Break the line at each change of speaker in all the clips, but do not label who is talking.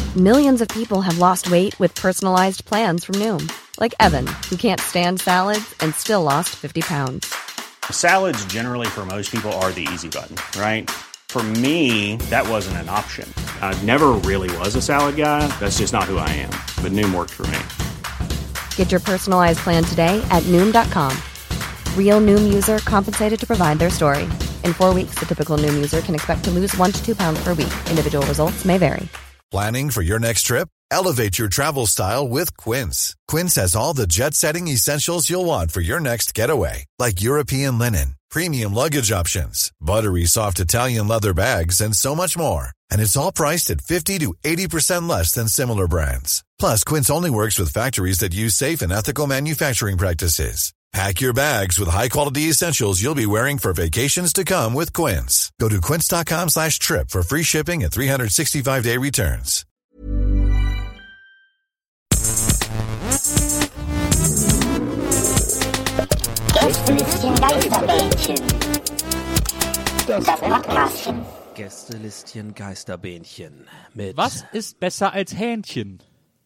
Millions of people have lost weight with personalized plans from Noom. Like Evan, who can't stand salads and still lost 50 pounds.
Salads generally for most people are the easy button, right? For me, that wasn't an option. I never really was a salad guy. That's just not who I am. But Noom worked for me.
Get your personalized plan today at Noom.com. Real Noom user compensated to provide their story. In 4 weeks, the typical Noom user can expect to lose 1 to 2 pounds per week. Individual results may vary.
Planning for your next trip? Elevate your travel style with Quince. Quince has all the jet-setting essentials you'll want for your next getaway, like European linen, premium luggage options, buttery soft Italian leather bags, and so much more. And it's all priced at 50 to 80% less than similar brands. Plus, Quince only works with factories that use safe and ethical manufacturing practices. Pack your bags with high-quality essentials you'll be wearing for vacations to come with Quince. Go to quince.com/trip for free shipping and 365-day returns.
Gästelistchen Geisterbähnchen. Das Podcastchen.
Gästelistchen Geisterbähnchen mit
Was ist besser als Hähnchen?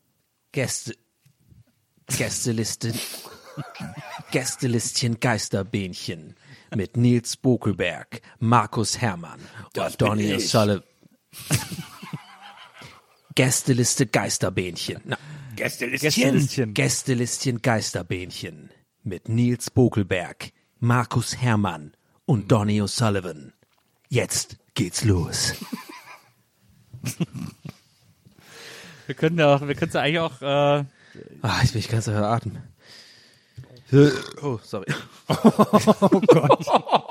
Gästelistchen Geisterbähnchen mit Nils Bokelberg, Markus Herrmann und Donny O'Sullivan. Gästeliste Geisterbähnchen. Gästelistchen Geisterbähnchen mit Nils Bokelberg, Markus Herrmann und Donny O'Sullivan. Jetzt geht's los.
Wir können ja eigentlich auch
Jetzt bin ich ganz außer Atem. Oh, sorry.
Oh Gott.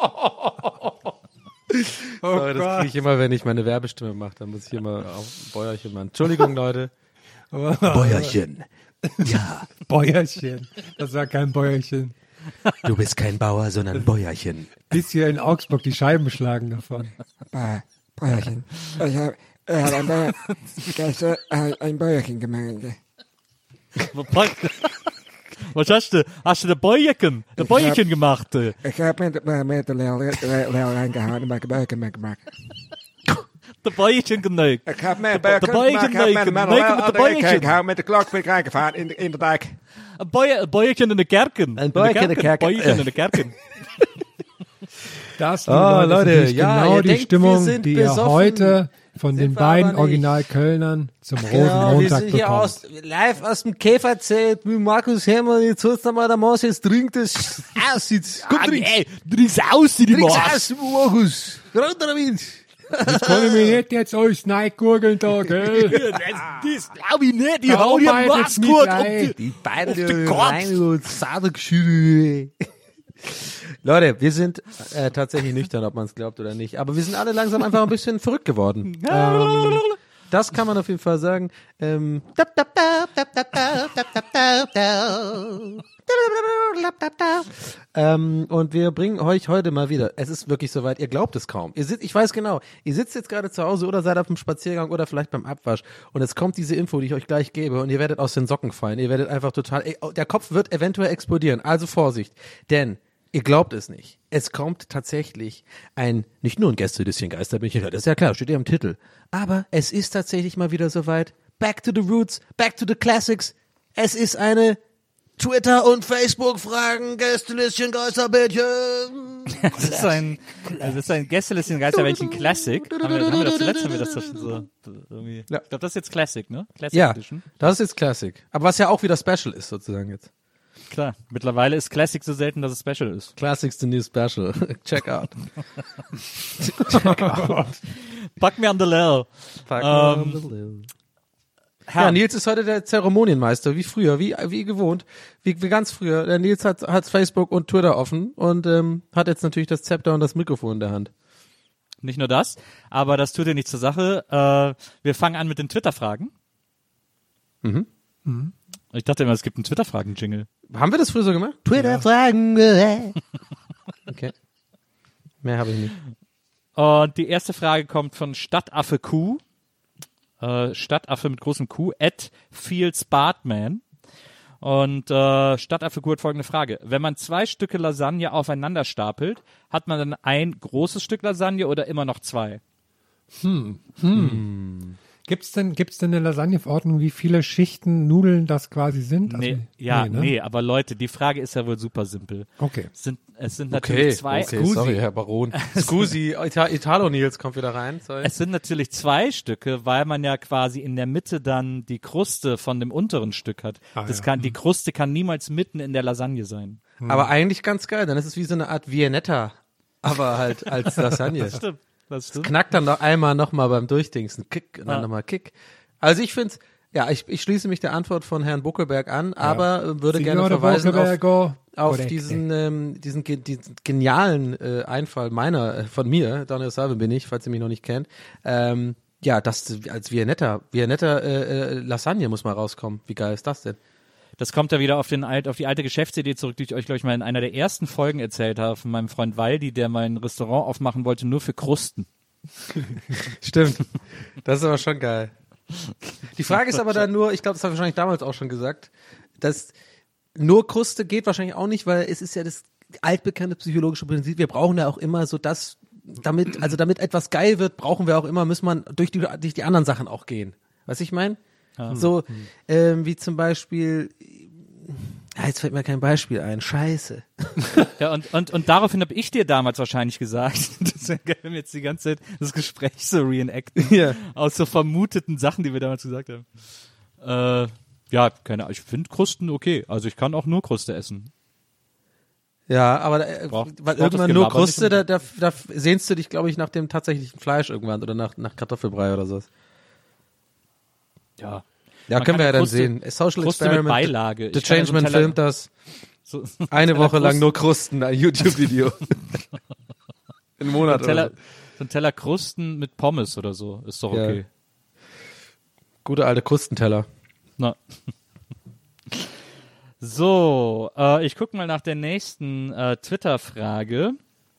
Sorry, das kriege ich immer, wenn ich meine Werbestimme mache. Dann muss ich immer auf Bäuerchen machen. Entschuldigung, Leute. Bäuerchen. Ja.
Bäuerchen. Das war kein Bäuerchen.
Du bist kein Bauer, sondern Bäuerchen.
Bis hier in Augsburg die Scheiben schlagen davon.
Bäuerchen. Ich habe ein Bäuerchen gemacht.
Was hast du? Hast du ein Bäuerchen gemacht?
Ich habe mit der Lehrer reingehauen und mein Bäuerchen gemacht.
Der Bäuerchen genägt.
Ich habe mit der Bäuerchen mit der Glocke bin ich reingefahren in der Dijk.
Ein Bäuerchen in der Kerken.
Ein Bäuerchen in der Kerken.
Bäuerchen in der Kerken.
Das,
Leute,
ist
ja,
genau
ihr
die
denkt,
Stimmung,
wir sind
die ihr
besoffen.
heute von den
Sind wir aber
beiden
nicht.
Original-Kölnern zum
Genau,
Rosenmontag
wir sind hier
bekommt.
live aus dem Käferzelt mit Markus Herrmann. Jetzt holst du mal der Maus, jetzt trinkt das aus. Jetzt
Trink's aus, die
trink's
Maus.
aus, Markus. Runter damit.
Jetzt kann ich mich nicht jetzt alles neigurgeln da, gell?
Das glaube ich nicht. Die hauen ja
Arbeitet's mit
Maskurt
rein.
Die beiden
Auf den Kopf.
rein und Sadergeschüttel. Leute, wir sind tatsächlich nüchtern, ob man es glaubt oder nicht. Aber wir sind alle langsam einfach ein bisschen verrückt geworden. Das kann man auf jeden Fall sagen. Und wir bringen euch heute mal wieder. Es ist wirklich soweit, ihr glaubt es kaum. Ich weiß genau, ihr sitzt jetzt gerade zu Hause oder seid auf dem Spaziergang oder vielleicht beim Abwasch und es kommt diese Info, die ich euch gleich gebe und ihr werdet aus den Socken fallen. Ihr werdet einfach total, der Kopf wird eventuell explodieren. Also Vorsicht, denn ihr glaubt es nicht. Es kommt tatsächlich nicht nur ein Gästelistchen Geisterbähnchen, das ist ja klar, steht ja im Titel. Aber es ist tatsächlich mal wieder soweit. Back to the roots, back to the classics. Es ist eine Twitter- und Facebook-Fragen, Gästelistchen Geisterbähnchen.
Das ist ein Gästelistchen Geisterbähnchen Classic. Haben wir das zuletzt, haben wir das schon so irgendwie.
Ja.
Ich glaube, das ist jetzt Classic, ne? Classic
Ja,
Edition.
das ist jetzt Classic. Aber was ja auch wieder Special ist sozusagen jetzt.
Klar. Mittlerweile ist Classic so selten, dass es Special ist.
Classics the new special. Check out.
Pack mir an der Lell.
Ja, Nils ist heute der Zeremonienmeister, wie früher, wie gewohnt, wie ganz früher. Der Nils hat Facebook und Twitter offen und hat jetzt natürlich das Zepter und das Mikrofon in der Hand.
Nicht nur das, aber das tut ja nichts zur Sache. Wir fangen an mit den Twitter-Fragen.
Mhm.
Ich dachte immer, es gibt einen Twitter-Fragen-Jingle.
Haben wir das früher so gemacht? Twitter-Fragen. Okay. Mehr habe ich nicht.
Und die erste Frage kommt von Stadtaffe Q. Stadtaffe mit großem Q, @FeelsBartman. Und Stadtaffe Q hat folgende Frage. Wenn man 2 Stücke Lasagne aufeinander stapelt, hat man dann ein großes Stück Lasagne oder immer noch 2?
Gibt's denn eine Lasagneverordnung, wie viele Schichten Nudeln das quasi sind?
Nee, aber Leute, die Frage ist ja wohl super simpel.
Okay.
Es sind natürlich zwei.
Okay, sorry, Herr Baron. Scusi, Italo-Nils kommt wieder rein. Sorry.
Es sind natürlich 2 Stücke, weil man ja quasi in der Mitte dann die Kruste von dem unteren Stück hat. Die Kruste kann niemals mitten in der Lasagne sein.
Aber eigentlich ganz geil, dann ist es wie so eine Art Viennetta, aber halt als Lasagne.
Das stimmt.
Das knackt dann noch einmal nochmal beim Durchdingsen. Kick und dann nochmal Kick. Also ich finde, ich schließe mich der Antwort von Herrn Buckelberg an, aber würde gerne verweisen auf diesen genialen Einfall von mir, Daniel Salve bin ich, falls ihr mich noch nicht kennt. Das als Viennetta Lasagne muss mal rauskommen. Wie geil ist das denn?
Das kommt ja wieder auf die alte Geschäftsidee zurück, die ich euch, glaube ich, mal in einer der ersten Folgen erzählt habe, von meinem Freund Waldi, der mal ein Restaurant aufmachen wollte, nur für Krusten.
Stimmt. Das ist aber schon geil. Die Frage ist aber dann nur, ich glaube, das habe ich wahrscheinlich damals auch schon gesagt, dass nur Kruste geht wahrscheinlich auch nicht, weil es ist ja das altbekannte psychologische Prinzip, wir brauchen ja auch immer so das, damit etwas geil wird, muss man durch die anderen Sachen auch gehen. Weißt du, ich meine? So, wie zum Beispiel, jetzt fällt mir kein Beispiel ein, scheiße.
Ja, und daraufhin habe ich dir damals wahrscheinlich gesagt, das wäre geil, wenn wir jetzt die ganze Zeit das Gespräch so reenacten, aus so vermuteten Sachen, die wir damals gesagt haben. Keine Ahnung, ich finde Krusten okay, also ich kann auch nur Kruste essen.
Ja, aber weil irgendwann nur Kruste, da sehnst du dich, glaube ich, nach dem tatsächlichen Fleisch irgendwann oder nach Kartoffelbrei oder so. Ja, können wir ja dann sehen. Social
Kruste
Experiment.
Mit Beilage.
The Changeman filmt das. Eine Woche lang nur Krusten, ein YouTube-Video. Einen Monat oder so.
So ein Teller Krusten mit Pommes oder so, ist doch okay.
Ja. Gute alte Krustenteller.
Na. So, ich gucke mal nach der nächsten Twitter-Frage.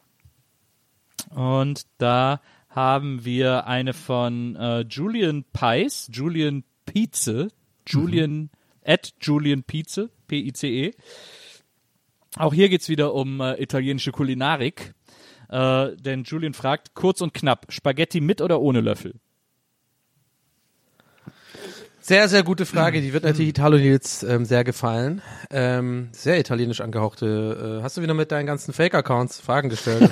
Und da haben wir eine von Julian Pice, Julian Pize, Julian Pize, P-I-C-E. Auch hier geht's wieder um italienische Kulinarik. Denn Julian fragt, kurz und knapp, Spaghetti mit oder ohne Löffel?
Sehr, sehr gute Frage. Die wird natürlich Italo-Nils sehr gefallen. Sehr italienisch angehauchte. Hast du wieder mit deinen ganzen Fake-Accounts Fragen gestellt?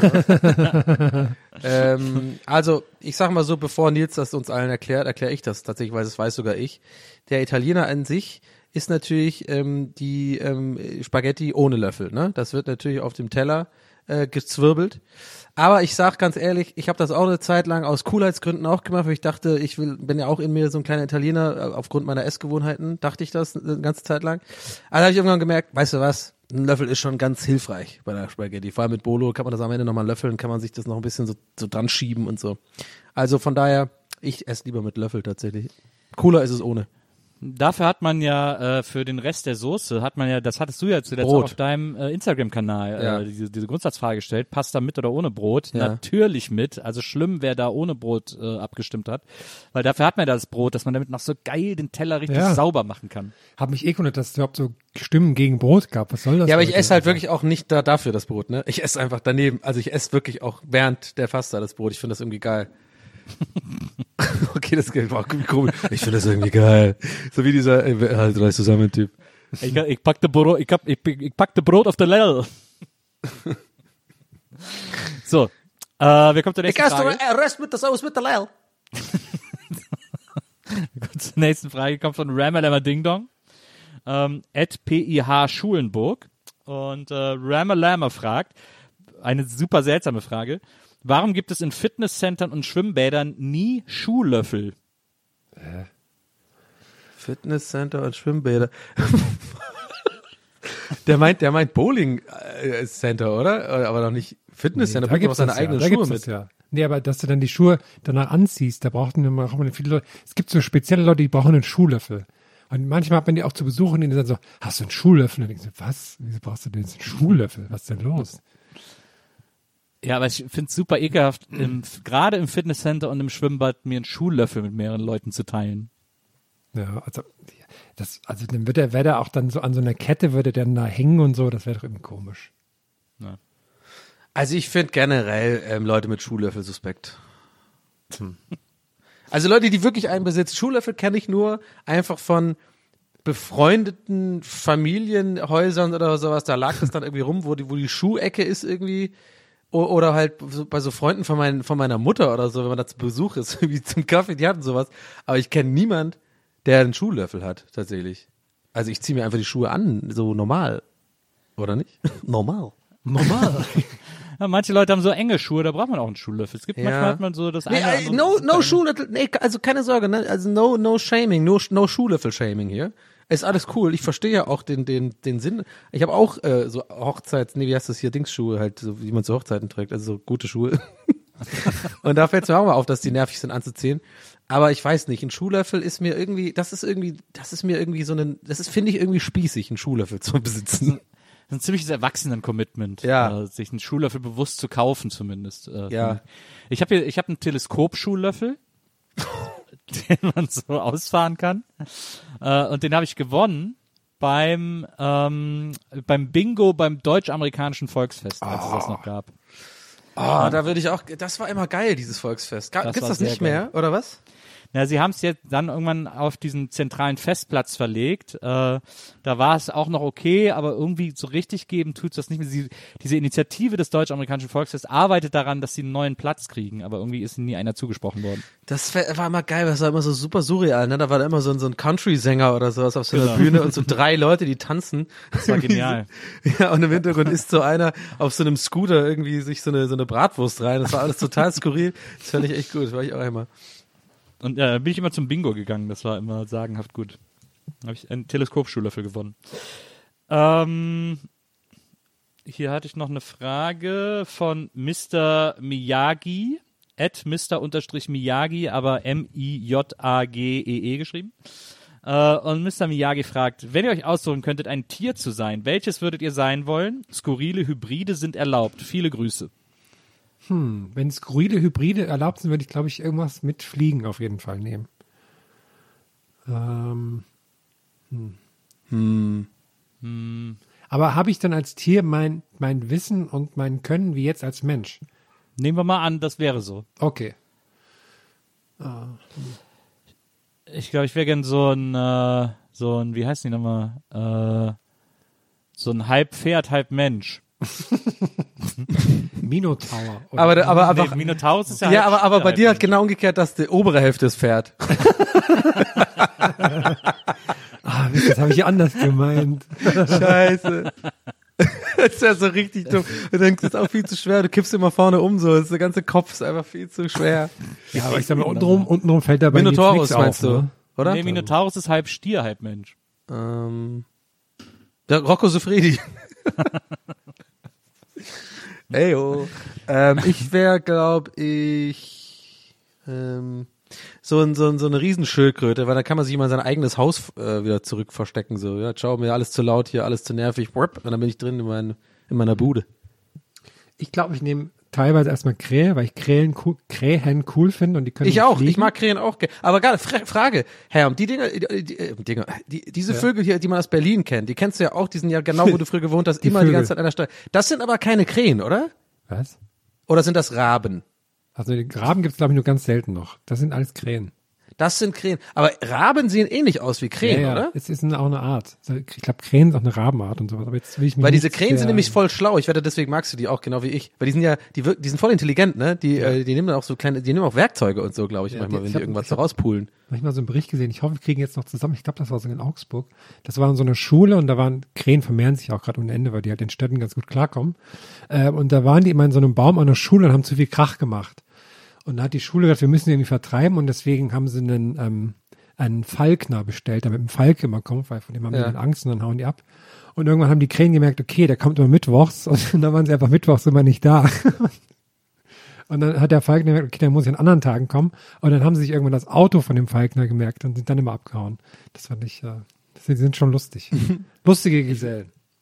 Also, ich sag mal so, bevor Nils das uns allen erkläre ich das tatsächlich, weil das weiß sogar ich. Der Italiener an sich ist natürlich die Spaghetti ohne Löffel. Ne? Das wird natürlich auf dem Teller gezwirbelt. Aber ich sag ganz ehrlich, ich habe das auch eine Zeit lang aus Coolheitsgründen auch gemacht, weil ich dachte, bin ja auch in mir so ein kleiner Italiener, aufgrund meiner Essgewohnheiten, dachte ich das eine ganze Zeit lang. Also habe ich irgendwann gemerkt, weißt du was, ein Löffel ist schon ganz hilfreich bei der Spaghetti. Vor allem mit Bolo kann man das am Ende nochmal löffeln, kann man sich das noch ein bisschen so dran schieben und so. Also von daher, ich esse lieber mit Löffel tatsächlich. Cooler ist es ohne.
Dafür hat man ja für den Rest der Soße, das hattest du ja zuletzt auch auf deinem Instagram-Kanal diese Grundsatzfrage gestellt, Pasta mit oder ohne Brot? Ja. Natürlich mit, also schlimm, wer da ohne Brot abgestimmt hat, weil dafür hat man ja das Brot, dass man damit noch so geil den Teller richtig sauber machen kann.
Hab mich gewundert, dass es überhaupt so Stimmen gegen Brot gab, was soll das?
Ja, aber ich esse halt wirklich auch nicht dafür das Brot, ne? Ich esse einfach daneben, also ich esse wirklich auch während der Pasta das Brot, ich finde das irgendwie geil. Okay, das war komisch. Ich finde das irgendwie geil. So wie dieser halt drei zusammen Typ.
Ich pack das Brot auf der Lell. So, wir kommen zur nächsten Frage.
Ich esse Rest mit der Sauce mit der Lell.
Zur nächsten Frage kommt von Ramalama Ding Dong @PIH Schulenburg und Ramalama fragt eine super seltsame Frage. Warum gibt es in Fitnesscentern und Schwimmbädern nie Schuhlöffel?
Fitnesscenter und Schwimmbäder. Der meint Bowling Center, oder? Aber noch nicht Fitnesscenter.
Da gibt
es seine eigenen Schuhe mit.
Ja. Nee, aber dass du dann die Schuhe danach anziehst, da brauchen viele Leute. Es gibt so spezielle Leute, die brauchen einen Schuhlöffel. Und manchmal hat man die auch zu Besuch und die sagen so, hast du einen Schuhlöffel? Und ich so, was? Wieso brauchst du denn jetzt einen Schuhlöffel? Was ist denn los?
Ja, aber ich finde es super ekelhaft, gerade im Fitnesscenter und im Schwimmbad mir einen Schuhlöffel mit mehreren Leuten zu teilen.
Ja, also dann wäre der auch dann so an so einer Kette, würde der dann da hängen und so, das wäre doch irgendwie komisch.
Ja.
Also ich finde generell Leute mit Schuhlöffel suspekt. Also Leute, die wirklich einen besitzen. Schuhlöffel kenne ich nur einfach von befreundeten Familienhäusern oder sowas. Da lag das dann irgendwie rum, wo die Schuhecke ist irgendwie. Oder halt so bei so Freunden von meiner Mutter oder so, wenn man da zu Besuch ist, wie zum Kaffee, die hatten sowas. Aber ich kenne niemand, der einen Schuhlöffel hat, tatsächlich. Also ich ziehe mir einfach die Schuhe an, so normal. Oder nicht? Normal.
Ja, manche Leute haben so enge Schuhe, da braucht man auch einen Schuhlöffel. Es gibt manchmal hat man so das eine oder andere.
No Schuhlöffel, nee, also keine Sorge, ne? Also no shaming, no Schuhlöffel-Shaming hier. Ist alles cool. Ich verstehe ja auch den Sinn. Ich habe auch so wie heißt das hier, Dingsschuhe halt, so wie man zu Hochzeiten trägt, also so gute Schuhe. Und da fällt es mir auch mal auf, dass die nervig sind anzuziehen. Aber ich weiß nicht, ein Schuhlöffel ist mir irgendwie, das ist, finde ich irgendwie spießig, einen Schuhlöffel zu besitzen.
Das ist ein ziemliches Erwachsenen-Commitment,
Ja.
sich einen Schuhlöffel bewusst zu kaufen zumindest.
Ja.
Ich habe einen Teleskop-Schuhlöffel, den man so ausfahren kann. Und den habe ich gewonnen beim Bingo beim deutsch-amerikanischen Volksfest, als es das noch gab.
Oh, da würde ich auch, das war immer geil, dieses Volksfest. Gibt's
war
das
sehr
nicht
geil.
mehr, oder was?
Ja, sie haben es jetzt dann irgendwann auf diesen zentralen Festplatz verlegt. Da war es auch noch okay, aber irgendwie so richtig geben tut's das nicht mehr. Diese Initiative des deutsch-amerikanischen Volksfests arbeitet daran, dass sie einen neuen Platz kriegen, aber irgendwie ist nie einer zugesprochen worden.
Das war immer geil, das war immer so super surreal, ne? Da war da immer so ein Country-Sänger oder sowas auf so einer Bühne und so 3 Leute, die tanzen.
Das war genial.
Ja, und im Hintergrund isst so einer auf so einem Scooter irgendwie sich so eine Bratwurst rein. Das war alles total skurril. Das fand ich echt gut, das war ich auch immer.
Und bin ich immer zum Bingo gegangen, das war immer sagenhaft gut. Da habe ich einen Teleskopschuhlöffel gewonnen. Hier hatte ich noch eine Frage von Mr. Miyagi, @Mr_Miyagi, aber M-I-J-A-G-E-E geschrieben. Und Mr. Miyagi fragt, wenn ihr euch aussuchen könntet, ein Tier zu sein, welches würdet ihr sein wollen? Skurrile Hybride sind erlaubt. Viele Grüße.
Wenn skurrile Hybride erlaubt sind, würde ich, glaube ich, irgendwas mit Fliegen auf jeden Fall nehmen. Aber habe ich dann als Tier mein Wissen und mein Können wie jetzt als Mensch?
Nehmen wir mal an, das wäre so.
Okay.
Ich glaube, ich wäre gern so ein, wie heißt die nochmal? So ein halb Pferd, halb Mensch.
Minotaur.
Aber
Nee, Minotaurus ist ja
ja,
halb
aber bei
Stier,
dir
halb
hat genau umgekehrt, dass die obere Hälfte ist Pferd.
Das habe ich ja anders gemeint.
Scheiße. Das ist ja so richtig dumm. Du denkst, das ist auch viel zu schwer. Du kippst immer vorne um so. Der ganze Kopf ist einfach viel zu schwer.
Ja, aber ich sag mal, untenrum fällt dabei
Minotaurus
nichts
meinst
auf,
du,
ne?
oder?
Nee, Minotaurus ist halb Stier, halb Mensch.
Der Rocco Siffredi. Eyo. Ich wäre, glaube ich, so eine Riesenschildkröte, weil da kann man sich immer in sein eigenes Haus wieder zurück verstecken. So, ja, ciao, mir alles zu laut hier, alles zu nervig. Und dann bin ich drin in meiner Bude.
Ich glaube, ich nehme teilweise erstmal Krähe, weil ich Krähen cool finde und die können
Ich auch,
fliegen.
ich mag Krähen auch. Aber gerade Frage, Herr, die diese Vögel hier, die man aus Berlin kennt, die kennst du ja auch, die sind ja genau, wo du früher gewohnt hast,
Die
immer die
Vögel.
ganze Zeit an der Stelle. Das sind aber keine Krähen, oder?
Was?
Oder sind das Raben?
Also den Graben gibt es, glaube ich, nur ganz selten noch. Das sind alles Krähen.
Das sind Krähen. Aber Raben sehen ähnlich aus wie Krähen,
ja,
oder?
Es ist auch eine Art. Ich glaube, Krähen ist auch eine Rabenart und sowas. Aber jetzt will ich mich
Weil diese
nicht
Krähen sind
sehr-
nämlich voll schlau. Ich wette, deswegen magst du die auch, genau wie ich. Weil die sind ja, die sind voll intelligent, ne? Die nehmen dann auch so kleine, die nehmen auch Werkzeuge und so, glaube ich,
Ja,
manchmal,
ich
wenn die
hab-
irgendwas
ich
da
hab-
rauspulen.
Habe ich mal so einen Bericht gesehen. Ich hoffe, wir kriegen jetzt noch zusammen. Ich glaube, das war sogar in Augsburg. Das war in so einer Schule und da waren Krähen vermehren sich auch gerade ohne Ende, weil die halt in Städten ganz gut klarkommen. Und da waren die immer in so einem Baum an der Schule und haben zu viel Krach gemacht. Und da hat die Schule gesagt, wir müssen die irgendwie vertreiben und deswegen haben sie einen Falkner bestellt, damit ein Falke immer kommt, weil von dem haben die dann Angst und dann hauen die ab. Und irgendwann haben die Krähen gemerkt, okay, der kommt immer mittwochs und dann waren sie einfach mittwochs immer nicht da. Und dann hat der Falkner gemerkt, okay, der muss an anderen Tagen kommen. Und dann haben sie sich irgendwann das Auto von dem Falkner gemerkt und sind dann immer abgehauen. Das fand ich, die sind schon lustig. Lustige Gesellen.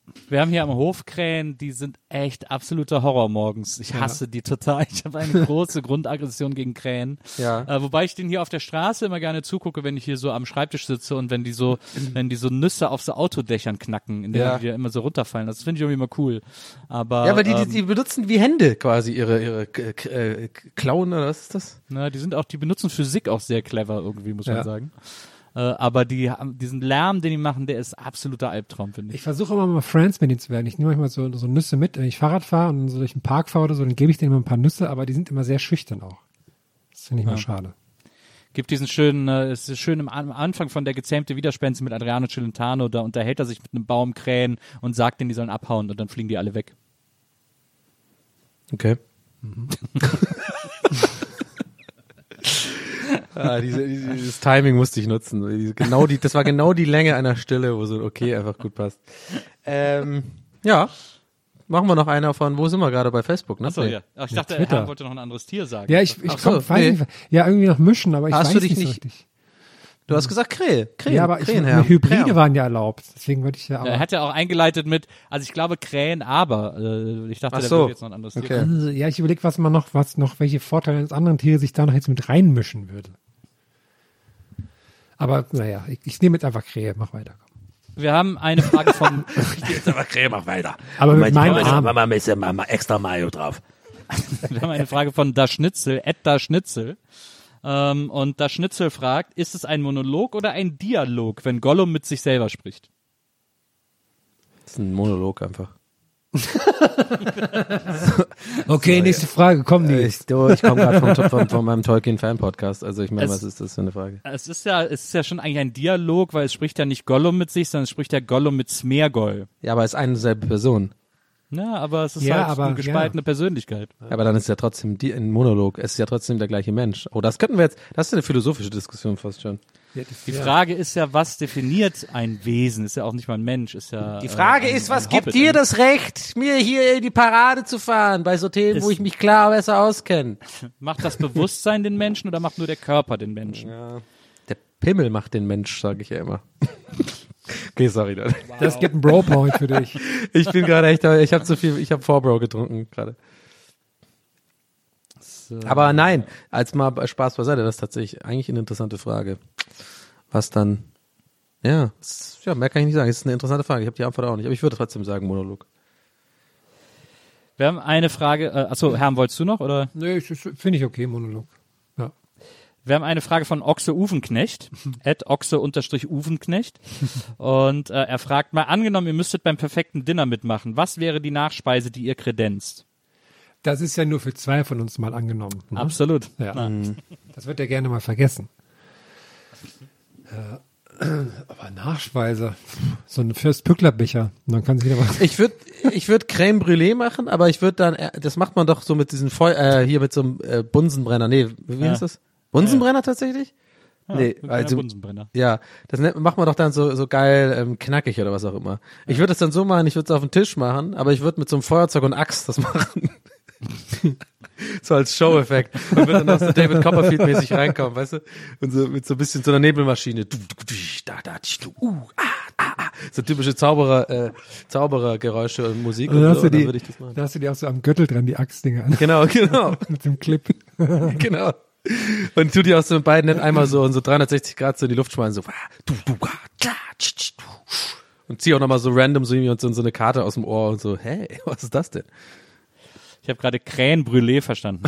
Wir haben hier am Hof Krähen, die sind echt absoluter Horror morgens. Ich hasse die total. Ich habe eine große Grundaggression gegen Krähen.
Ja.
Wobei ich denen hier auf der Straße immer gerne zugucke, wenn ich hier so am Schreibtisch sitze und wenn die so Nüsse auf so Autodächern knacken, in denen die ja immer so runterfallen. Das finde ich irgendwie immer cool. Aber
Ja, weil die benutzen wie Hände quasi ihre Klauen, oder was ist das?
na, die benutzen Physik auch sehr clever irgendwie, muss man sagen. Aber diesen Lärm, den die machen, der ist absoluter Albtraum, finde ich.
Ich versuche immer mal Friends mit denen zu werden. Ich nehme manchmal so Nüsse mit, wenn ich Fahrrad fahre und so durch den Park fahre oder so, dann gebe ich denen immer ein paar Nüsse, aber die sind immer sehr schüchtern auch. Das finde ich mal schade.
Gibt diesen schönen, es ist schön am Anfang von der gezähmte Widerspenst mit Adriano Celentano, da unterhält er sich mit einem Baum Krähen und sagt denen, die sollen abhauen und dann fliegen die alle weg.
Okay. Dieses Timing musste ich nutzen. Das war genau die Länge einer Stille, wo so okay einfach gut passt. Ja, machen wir noch einer von, wo sind wir gerade bei Facebook, ne?
Achso, ja. Ach, ich dachte,
Twitter.
Herr wollte noch ein anderes Tier sagen.
Ja, ich weiß nicht. Ja, irgendwie noch mischen, aber ich
Hast
weiß
du dich
nicht so
nicht-
richtig.
Du hast gesagt Krähen.
Ja, aber
Krähenherr.
Hybride
Krähen.
waren ja erlaubt. Deswegen würde ich ja auch.
Er hat ja auch eingeleitet mit, also ich glaube Krähen, aber ich dachte,
Ach
der
so.
würde jetzt noch ein anderes Tier
Okay.
sagen.
Also, ja, ich überlege, was noch, welche Vorteile eines anderen Tieres sich da noch jetzt mit reinmischen würde. Aber naja, ich nehme jetzt einfach Krähe, mach weiter.
Wir haben eine Frage von,
Jetzt aber Creme, mach weiter.
Aber mit meinem Arm.
Mach mal ein bisschen extra Mayo drauf.
wir haben eine Frage von Da Schnitzel, Da Schnitzel. Und Da Schnitzel fragt, ist es ein Monolog oder ein Dialog, wenn Gollum mit sich selber spricht?
Das ist ein Monolog einfach.
Okay, nächste Frage, komm nicht.
Ich komme gerade von meinem Tolkien-Fan-Podcast. Also ich meine, was ist das für eine Frage?
Es ist ja schon eigentlich ein Dialog, weil es spricht ja nicht Gollum mit sich, sondern es spricht ja Gollum mit Smeargol.
Ja, aber es ist eine selbe Person.
Ja, aber es ist
Ja,
halt
aber,
eine gespaltene Persönlichkeit.
Aber dann ist ja trotzdem ein Monolog. Es ist ja trotzdem der gleiche Mensch. Oh, das könnten wir jetzt, das ist eine philosophische Diskussion fast schon.
Die Frage ist ja, was definiert ein Wesen? Ist ja auch nicht mal ein Mensch, ist ja.
Die Frage
ein
ist, was
ein
gibt
Hobbit.
dir das Recht, mir hier in die Parade zu fahren, bei so Themen, wo ich mich klar besser auskenne?
Macht das Bewusstsein den Menschen oder macht nur der Körper den Menschen?
Der Pimmel macht den Mensch, sage ich ja immer. Okay, sorry, Leute.
Das gibt einen Bro-Point für dich.
Ich bin gerade echt, ich habe 4-Bro getrunken gerade. Aber nein, als mal Spaß beiseite, das ist tatsächlich eigentlich eine interessante Frage. Was dann, mehr kann ich nicht sagen, es ist eine interessante Frage, ich habe die Antwort auch nicht, aber ich würde trotzdem sagen Monolog.
Wir haben eine Frage, achso, Herm, wolltest du noch, oder?
Nee, finde ich okay, Monolog. Ja.
Wir haben eine Frage von Ochse Uvenknecht, @Ochse_Uvenknecht. Und er fragt mal, angenommen, ihr müsstet beim perfekten Dinner mitmachen, was wäre die Nachspeise, die ihr kredenzt?
Das ist ja nur für 2 von uns mal angenommen. Ne?
Absolut.
Ja. Das wird ja gerne mal vergessen. Aber Nachspeise. So ein Fürst-Pückler-Becher. Und dann kann sich wieder was.
Ich würde Crème Brûlée machen, aber ich würde dann, das macht man doch so mit diesen hier mit so einem Bunsenbrenner. Nee, wie heißt das? Bunsenbrenner tatsächlich? Nee, also
Bunsenbrenner.
ja, das macht man doch dann so geil knackig oder was auch immer. Ich würde das dann so machen, ich würde es auf den Tisch machen, aber ich würde mit so einem Feuerzeug und Axt das machen. So als Show-Effekt. Man wird dann auch so David Copperfield-mäßig reinkommen, weißt du? Und so mit so ein bisschen so einer Nebelmaschine. So typische Zauberergeräusche und Musik und,
dann
so, und dann würde ich das machen.
Da hast du die auch so am Gürtel dran, die Axtdinger.
Genau.
Mit dem Clip.
Genau. Und tu die aus so beiden nicht einmal so und so 360 Grad so in die Luft schmeißen, so. Und zieh auch nochmal so random so eine Karte aus dem Ohr und so, hey, was ist das denn?
Ich habe gerade Crème Brûlée verstanden.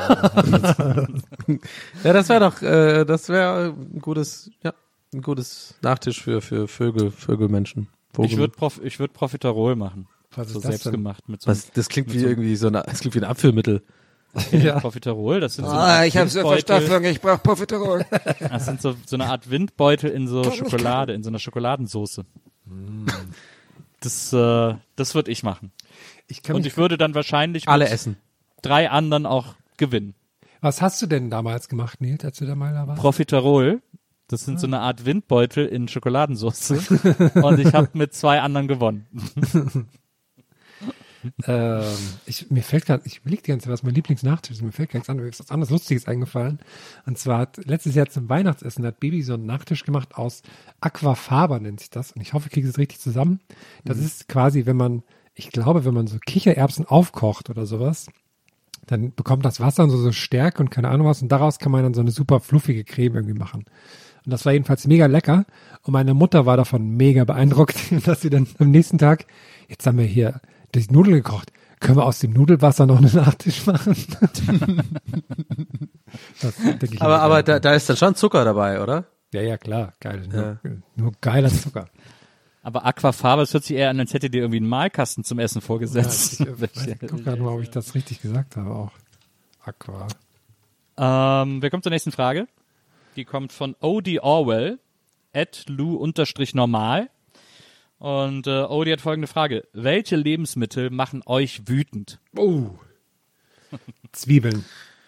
Ja, das wäre ein gutes Nachtisch für Vögelmenschen.
Ich würd Profiterol machen.
Was
So
ist das
selbst
denn?
gemacht. Mit so
Das klingt wie irgendwie das klingt wie ein Apfelmittel.
ja. Profiterol, das sind so
Ich habe so
Windbeutel.
Verstopfung, ich brauche Profiterol.
Das sind so eine Art Windbeutel in so Schokolade, in so einer Schokoladensoße. Das würde ich machen. Und ich würde dann wahrscheinlich
Alle
mit
essen.
3 anderen auch gewinnen.
Was hast du denn damals gemacht, Nils, als du da mal da warst?
Profiterol, das sind so eine Art Windbeutel in Schokoladensauce. Und ich habe mit 2 anderen gewonnen.
Mir fällt gerade, ich überlege die ganze Zeit, was mein Lieblingsnachtisch ist. Mir fällt gar nichts an, mir ist was anderes Lustiges eingefallen. Und zwar hat letztes Jahr zum Weihnachtsessen hat Baby so einen Nachtisch gemacht aus Aquafaba, nennt sich das. Und ich hoffe, ich kriege es richtig zusammen. Das ist quasi, wenn man so Kichererbsen aufkocht oder sowas, dann bekommt das Wasser und so Stärke und keine Ahnung was. Und daraus kann man dann so eine super fluffige Creme irgendwie machen. Und das war jedenfalls mega lecker. Und meine Mutter war davon mega beeindruckt, dass sie dann am nächsten Tag, jetzt haben wir hier die Nudeln gekocht, können wir aus dem Nudelwasser noch einen Nachtisch machen? Das, denke ich,
aber da ist dann schon Zucker dabei, oder?
Ja, klar, geil. Nur geiler Zucker.
Aber Aquafaba, das hört sich eher an, als hätte dir irgendwie einen Malkasten zum Essen vorgesetzt.
Ja, ich gucke gerade mal, ob ich das richtig gesagt habe auch. Aqua.
Wir kommen zur nächsten Frage. Die kommt von O.D. Orwell, @Lou_normal. Und O.D. hat folgende Frage. Welche Lebensmittel machen euch wütend?
Oh. Zwiebeln.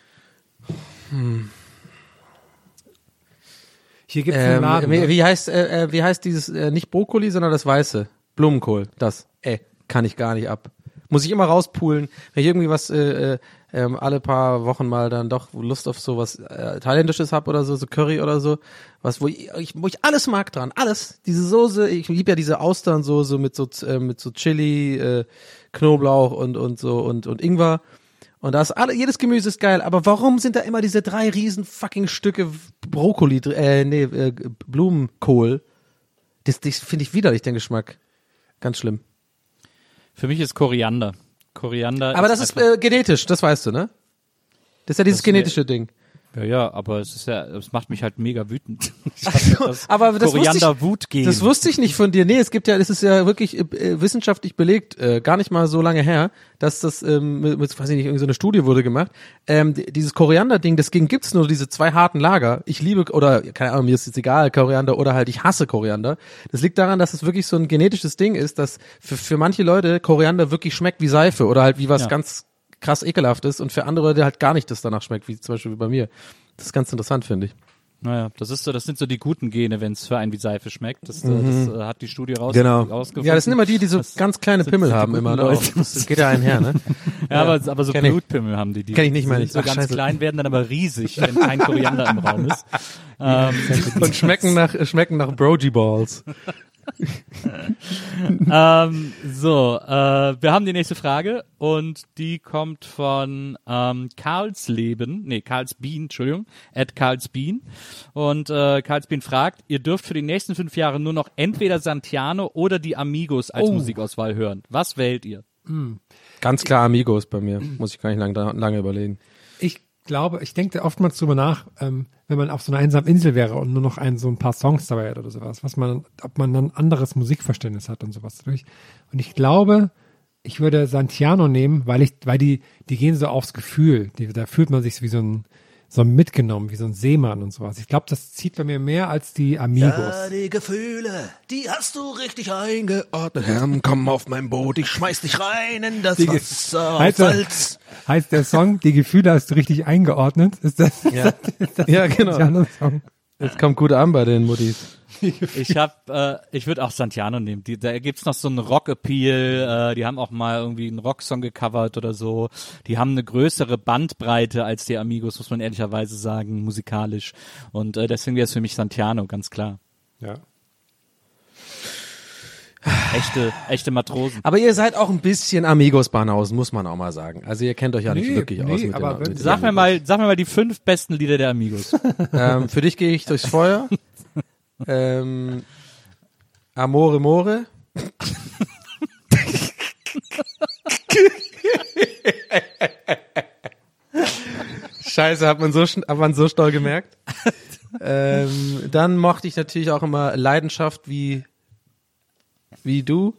Hier gibt's einen Laden.
Wie heißt dieses, nicht Brokkoli, sondern das Weiße? Blumenkohl, das. Kann ich gar nicht ab. Muss ich immer rauspulen, wenn ich irgendwie was alle paar Wochen mal dann doch Lust auf sowas Thailändisches hab oder so Curry oder so, wo ich alles mag dran, alles. Diese Soße, ich liebe ja diese Austernsoße mit so Chili, Knoblauch und so und Ingwer. Und jedes Gemüse ist geil, aber warum sind da immer diese 3 riesen fucking Stücke Brokkoli, Blumenkohl? Das finde ich widerlich, den Geschmack. Ganz schlimm.
Für mich ist Koriander.
Aber das ist genetisch, das weißt du, ne? Das ist ja dieses genetische Ding.
Ja, aber es macht mich halt mega wütend.
Aber das
Koriander-Wut-Gen.
Das wusste ich nicht von dir. Nee, es ist ja wirklich wissenschaftlich belegt, gar nicht mal so lange her, dass das mit weiß ich nicht, irgendeine Studie wurde gemacht. Dieses Koriander-Ding, deswegen gibt's nur diese 2 harten Lager. Ich liebe, oder keine Ahnung, mir ist jetzt egal, Koriander oder halt ich hasse Koriander. Das liegt daran, dass es wirklich so ein genetisches Ding ist, dass für manche Leute Koriander wirklich schmeckt wie Seife oder halt wie was ganz krass ekelhaft ist und für andere Leute halt gar nicht das danach schmeckt, wie zum Beispiel bei mir. Das ist ganz interessant, finde ich.
Naja, das sind so die guten Gene, wenn es für einen wie Seife schmeckt. Das hat die Studie rausgefunden.
Ja, das sind immer die so ganz kleine Pimmel haben immer. Das geht ja einher, ne?
Ja, aber so Blutpimmel haben die.
Kenn ich nicht mehr.
So ganz klein, werden dann aber riesig, wenn kein Koriander im Raum ist.
Und schmecken nach Brogy Balls.
Wir haben die nächste Frage und die kommt von Karlsbean, @Karlsbean. Und Karlsbean fragt, ihr dürft für die nächsten 5 Jahre nur noch entweder Santiano oder die Amigos als Musikauswahl hören. Was wählt ihr?
Ganz klar Amigos bei mir. Muss ich gar nicht lange überlegen.
Ich denke oftmals drüber nach, wenn man auf so einer einsamen Insel wäre und nur noch so ein paar Songs dabei hat oder sowas, ob man dann anderes Musikverständnis hat und sowas dadurch. Und ich glaube, ich würde Santiano nehmen, weil die gehen so aufs Gefühl. Da fühlt man sich wie so ein mitgenommen, wie so ein Seemann und sowas. Ich glaube, das zieht bei mir mehr als die Amigos.
Ja, die Gefühle, die hast du richtig eingeordnet. Herr, komm auf mein Boot, ich schmeiß dich rein in das Wasser auf Salz.
Heißt der Song, die Gefühle hast du richtig eingeordnet? Ist das?
Ja, ja genau. Das kommt gut an bei den Muttis.
Ich würde auch Santiano nehmen. Da gibt's noch so einen Rock-Appeal, die haben auch mal irgendwie einen Rocksong gecovert oder so. Die haben eine größere Bandbreite als die Amigos, muss man ehrlicherweise sagen, musikalisch. Und deswegen wäre es für mich Santiano, ganz klar.
Ja.
Echte Matrosen.
Aber ihr seid auch ein bisschen Amigos Banausen, muss man auch mal sagen. Also ihr kennt euch ja nicht wirklich aus mit
aber
mit
Sag mir mal die 5 besten Lieder der Amigos.
Für dich gehe ich durchs Feuer. Amore More. Scheiße, hat man so doll gemerkt. Dann mochte ich natürlich auch immer Leidenschaft wie du.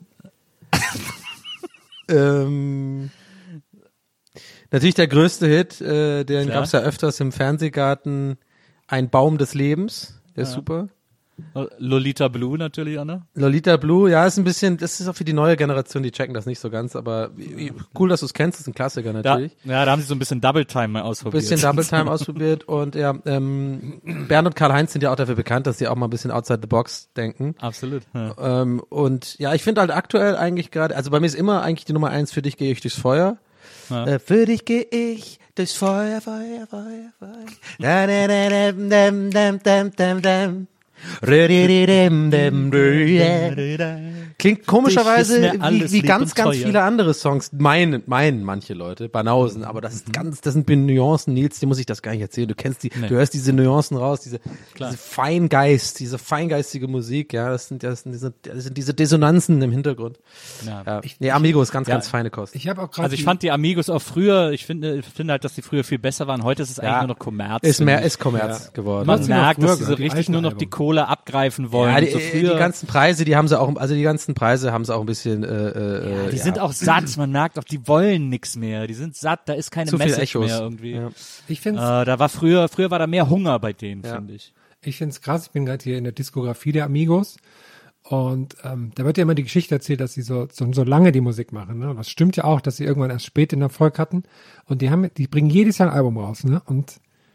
Natürlich der größte Hit, den gab's ja öfters im Fernsehgarten, Ein Baum des Lebens, der ist super.
Lolita Blue natürlich, Anna.
Lolita Blue, ja, ist ein bisschen, das ist auch für die neue Generation, die checken das nicht so ganz, aber cool, dass du es kennst, das ist ein Klassiker natürlich.
Da haben sie so ein bisschen Double Time mal ausprobiert.
Bisschen Double Time ausprobiert und ja, Bernd und Karl-Heinz sind ja auch dafür bekannt, dass sie auch mal ein bisschen outside the box denken.
Absolut. Ja.
Und ja, ich finde halt aktuell eigentlich gerade, also bei mir ist immer eigentlich die Nummer 1, für dich gehe ich durchs Feuer.
Ja.
Für dich gehe ich durchs Feuer, Feuer, Feuer, Feuer. Da, da, da, dam, dam, dam, dam, dam, dam. Klingt komischerweise wie ganz viele andere Songs, meinen manche Leute, Banausen, aber das ist das sind Nuancen, Nils, dir muss ich das gar nicht erzählen, du hörst diese Nuancen raus, diese feingeistige Musik, ja, das sind diese Dissonanzen im Hintergrund. Ja. Amigos, ganz feine Kost.
Ich
fand die Amigos auch früher, ich finde halt, dass die früher viel besser waren, heute ist es eigentlich nur noch Kommerz.
Ist Kommerz geworden.
Man merkt, dass sie so richtig nur noch die Kohle abgreifen wollen.
Ja, die ganzen Preise, die ganzen Preise haben sie auch ein bisschen.
Die sind auch satt. Man merkt auch, die wollen nix mehr. Die sind satt. Da ist keine Message mehr irgendwie.
Ja.
Ich finde,
da war früher war da mehr Hunger bei denen, finde ich.
Ich finde es krass. Ich bin gerade hier in der Diskografie der Amigos und da wird ja immer die Geschichte erzählt, dass sie so lange die Musik machen. Ne? Das stimmt ja auch, dass sie irgendwann erst spät den Erfolg hatten und die bringen jedes Jahr ein Album raus. Ne? Und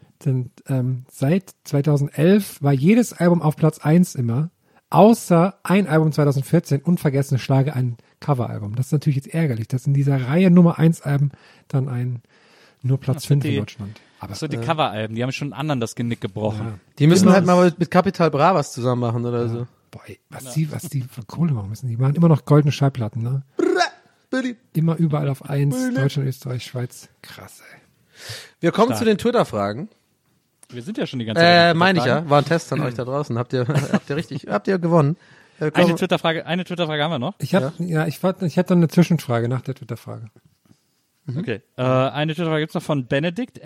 seit 2011 war jedes Album auf Platz 1 immer, außer ein Album 2014, Unvergessene Schlager, ein Coveralbum. Das ist natürlich jetzt ärgerlich, dass in dieser Reihe Nummer 1 Alben dann nur Platz 5 in Deutschland.
Aber so die Coveralben, die haben schon anderen das Genick gebrochen.
Ja. Die müssen halt mal mit Capital Bra was zusammen machen oder so.
Boah, was die für Kohle machen müssen. Die machen immer noch goldene Schallplatten, ne? Immer überall auf 1, Deutschland, Österreich, Schweiz. Krass, ey.
Wir kommen zu den Twitter-Fragen.
Wir sind ja schon die ganze Zeit.
Meine ich ja. War ein Test an euch da draußen. Habt ihr gewonnen?
Eine Twitter-Frage haben wir noch.
Ich hätte eine Zwischenfrage nach der Twitter-Frage.
Okay. Eine Twitter-Frage gibt's noch von Benedikt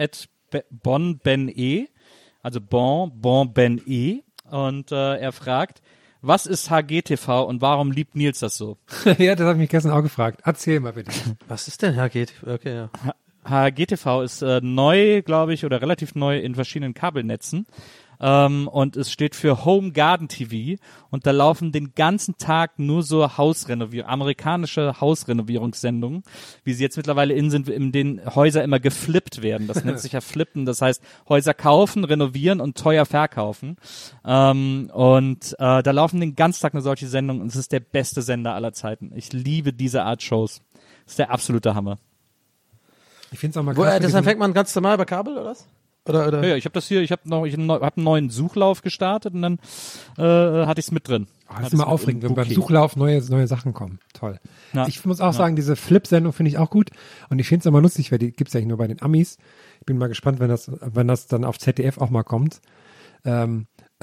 @bonbene, also bonbene. Und er fragt, was ist HGTV und warum liebt Nils das so?
Ja, das habe ich mich gestern auch gefragt. Erzähl mal bitte.
Was ist denn HGTV? Okay, ja.
HGTV ist neu, glaube ich, oder relativ neu in verschiedenen Kabelnetzen. Und es steht für Home Garden TV und da laufen den ganzen Tag nur so amerikanische Hausrenovierungssendungen, wie sie jetzt mittlerweile in denen Häuser immer geflippt werden. Das nennt sich ja Flippen, das heißt Häuser kaufen, renovieren und teuer verkaufen. Da laufen den ganzen Tag nur solche Sendungen und es ist der beste Sender aller Zeiten. Ich liebe diese Art Shows. Das ist der absolute Hammer.
Ich finde es auch mal krass.
Das fängt man ganz normal bei Kabel, oder was? Oder?
Ja, ich habe das hier, ich habe einen neuen Suchlauf gestartet und dann hatte ich es mit drin.
Das ist immer aufregend, wenn beim Suchlauf neue Sachen kommen. Toll. Ja. Ich muss auch sagen, diese Flip-Sendung finde ich auch gut und ich finde es immer lustig, weil die gibt's ja nicht nur bei den Amis. Ich bin mal gespannt, wenn das dann auf ZDF auch mal kommt. Und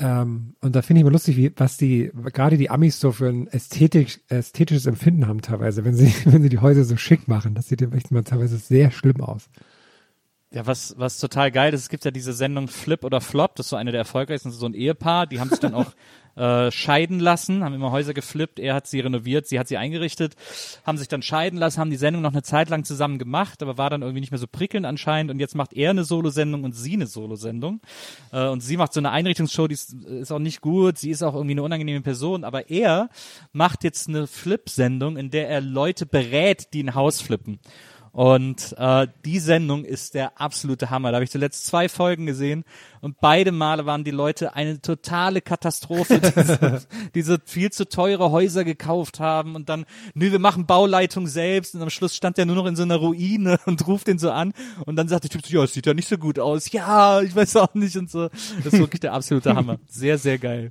da finde ich immer lustig, was gerade die Amis so für ein ästhetisches Empfinden haben teilweise, wenn sie die Häuser so schick machen. Das sieht ja echt mal teilweise sehr schlimm aus.
Ja, was total geil ist, es gibt ja diese Sendung Flip oder Flop, das ist so eine der erfolgreichsten, so ein Ehepaar, die haben sich dann auch scheiden lassen, haben immer Häuser geflippt, er hat sie renoviert, sie hat sie eingerichtet, haben sich dann scheiden lassen, haben die Sendung noch eine Zeit lang zusammen gemacht, aber war dann irgendwie nicht mehr so prickelnd anscheinend und jetzt macht er eine Solosendung und sie eine Solosendung und sie macht so eine Einrichtungsshow, die ist auch nicht gut, sie ist auch irgendwie eine unangenehme Person, aber er macht jetzt eine Flip-Sendung, in der er Leute berät, die ein Haus flippen. Und die Sendung ist der absolute Hammer. Da habe ich zuletzt 2 Folgen gesehen und beide Male waren die Leute eine totale Katastrophe, die so viel zu teure Häuser gekauft haben und dann, wir machen Bauleitung selbst und am Schluss stand der nur noch in so einer Ruine und ruft ihn so an und dann sagt der Typ so, ja, es sieht ja nicht so gut aus. Ja, ich weiß auch nicht und so. Das ist wirklich der absolute Hammer. Sehr, sehr geil.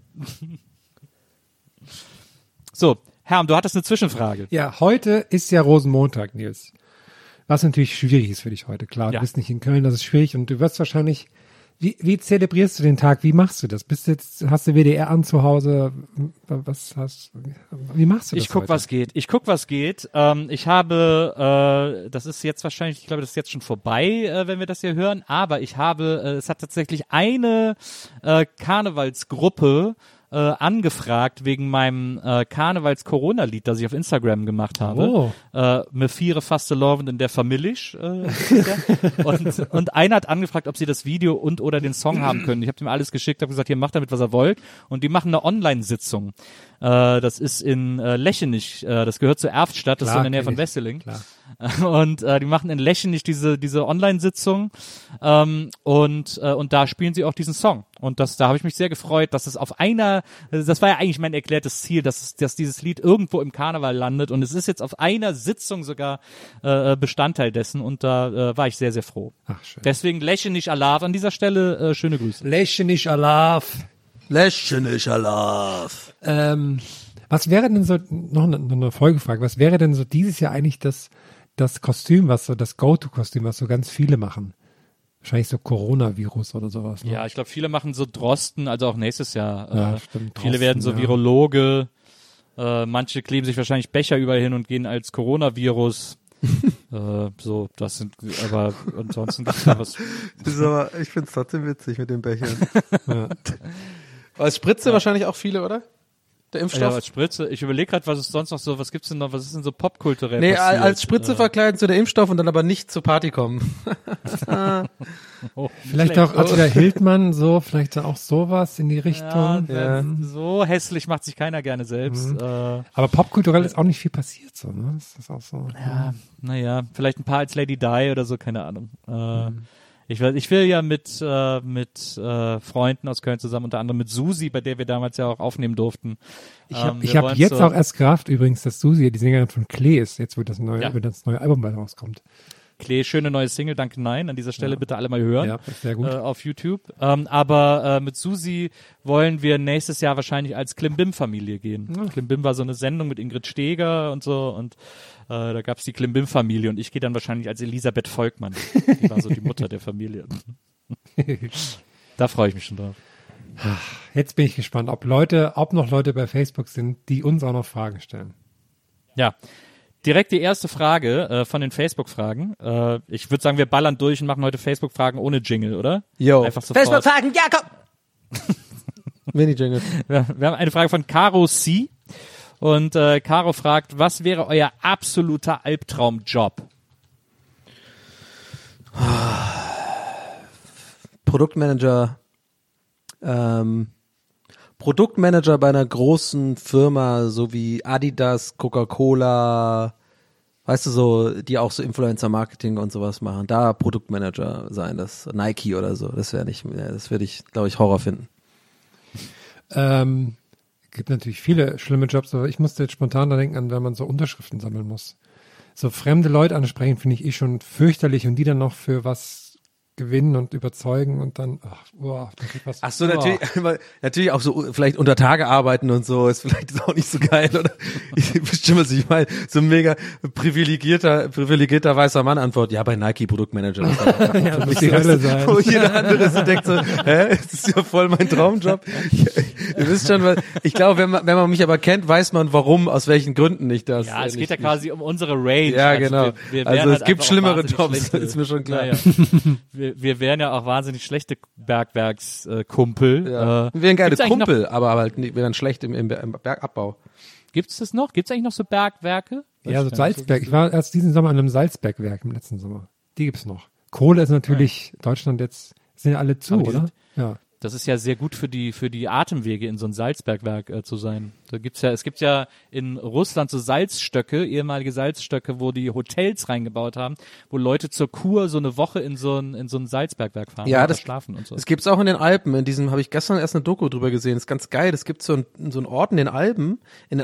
So, Herm, du hattest eine Zwischenfrage.
Ja, heute ist ja Rosenmontag, Nils. Was natürlich schwierig ist für dich heute, klar. Ja. Du bist nicht in Köln, das ist schwierig und du wirst wahrscheinlich, wie zelebrierst du den Tag? Wie machst du das? Hast du WDR an zu Hause? Wie machst du das?
Ich guck, was geht. Ich habe, das ist jetzt wahrscheinlich, ich glaube, das ist jetzt schon vorbei, wenn wir das hier hören, aber es hat tatsächlich eine Karnevalsgruppe angefragt wegen meinem Karnevals-Corona-Lied, das ich auf Instagram gemacht habe. Me Viere Faste Lovend in der Familie. Und einer hat angefragt, ob sie das Video und oder den Song haben können. Ich habe ihm alles geschickt, habe gesagt, hier macht damit, was ihr wollt. Und die machen eine Online-Sitzung. Das ist in Lechenich, das gehört zur Erftstadt, das ist so in der Nähe von Wesseling. Und die machen in Lechenich diese Online-Sitzung und da spielen sie auch diesen Song. Und da habe ich mich sehr gefreut, dass es das war ja eigentlich mein erklärtes Ziel, dass dieses Lied irgendwo im Karneval landet und es ist jetzt auf einer Sitzung sogar Bestandteil dessen und da war ich sehr, sehr froh. Ach, schön. Deswegen Lechenich Alav an dieser Stelle, schöne Grüße.
Lechenich Alav.
Lechenich Alav.
Was wäre denn so, noch eine Folgefrage, was wäre denn so dieses Jahr eigentlich das Kostüm, das Go-To-Kostüm, was so ganz viele machen? Wahrscheinlich so Coronavirus oder sowas. Ne?
Ja, ich glaube, viele machen so Drosten, also auch nächstes Jahr.
Ja, stimmt,
viele werden so Virologe, manche kleben sich wahrscheinlich Becher überall hin und gehen als Coronavirus. So, das sind, aber ansonsten gibt's da was.
Ich find's trotzdem witzig mit den Bechern. Als Spritze wahrscheinlich auch viele, oder? Der Impfstoff?
Ja, als Spritze. Ich überlege gerade, was ist sonst noch so, was gibt's denn noch, was ist denn so popkulturell
passiert? Als Spritze verkleiden zu der Impfstoff und dann aber nicht zur Party kommen.
Vielleicht auch Attila Hildmann, vielleicht auch sowas in die Richtung.
Ja. So hässlich macht sich keiner gerne selbst.
Aber popkulturell ist auch nicht viel passiert, so, ne? Das ist auch so.
Ja, naja, vielleicht ein paar als Lady Di oder so, keine Ahnung. Ich will ja mit Freunden aus Köln zusammen, unter anderem mit Susi, bei der wir damals ja auch aufnehmen durften.
Ich habe jetzt auch erst gerafft übrigens, dass Susi die Sängerin von Klee ist, jetzt wo das neue Album bald rauskommt.
Klee, schöne neue Single, danke nein. An dieser Stelle bitte alle mal hören.
Ja, sehr gut.
Auf YouTube. Aber mit Susi wollen wir nächstes Jahr wahrscheinlich als Klimbim-Familie gehen. Ja. Klimbim war so eine Sendung mit Ingrid Steeger und so und da gab's die Klimbim-Familie und ich gehe dann wahrscheinlich als Elisabeth Volkmann. Die war so die Mutter der Familie. Da freue ich mich schon drauf.
Jetzt bin ich gespannt, ob noch Leute bei Facebook sind, die uns auch noch Fragen stellen.
Ja. Direkt die erste Frage von den Facebook-Fragen. Ich würde sagen, wir ballern durch und machen heute Facebook-Fragen ohne Jingle, oder?
Jo.
Einfach sofort.
Facebook-Fragen, ja komm! Mini-Jingle.
Wir haben eine Frage von Caro C. Und Caro fragt, was wäre euer absoluter Albtraumjob?
Produktmanager bei einer großen Firma, so wie Adidas, Coca-Cola, weißt du so, die auch so Influencer-Marketing und sowas machen. Da Produktmanager sein, das Nike oder so. Das würde ich, glaube ich, Horror finden.
Gibt natürlich viele schlimme Jobs, aber ich musste jetzt spontan da denken, wenn man so Unterschriften sammeln muss. So fremde Leute ansprechen, finde ich schon fürchterlich und die dann noch für was gewinnen und überzeugen und dann, was.
Ach so, natürlich auch so, vielleicht unter Tage arbeiten und so, ist vielleicht auch nicht so geil, oder? Bestimmt, was ich meine, so ein mega privilegierter weißer Mann antwortet, ja, bei Nike Produktmanager.
Ja, das muss die Hölle sein.
Wo jeder andere so denkt so, das ist ja voll mein Traumjob. Ihr wisst schon, ich glaube, wenn man mich aber kennt, weiß man, warum, aus welchen Gründen ich das.
Ja, es geht ja quasi um unsere Range.
Ja, genau.
Also
es gibt schlimmere Jobs, ist mir schon klar.
Naja. Wir wären ja auch wahnsinnig schlechte Bergwerkskumpel.
Ja. Wir wären geile Kumpel, aber halt wir wären schlecht im Bergabbau.
Gibt's das noch? Gibt's eigentlich noch so Bergwerke?
Ja, so Salzberg. Ich war erst diesen Sommer an einem Salzbergwerk im letzten Sommer. Die gibt's noch. Kohle ist natürlich Deutschland jetzt, sind ja alle zu, oder? Ja.
Das ist ja sehr gut für die Atemwege, in so ein Salzbergwerk zu sein. Es gibt ja in Russland so Salzstöcke, ehemalige Salzstöcke, wo die Hotels reingebaut haben, wo Leute zur Kur so eine Woche in so ein Salzbergwerk fahren.
Ja, das
schlafen und so.
Das gibt's auch in den Alpen. In diesem habe ich gestern erst eine Doku drüber gesehen. Das ist ganz geil. Es gibt so einen Ort in den Alpen,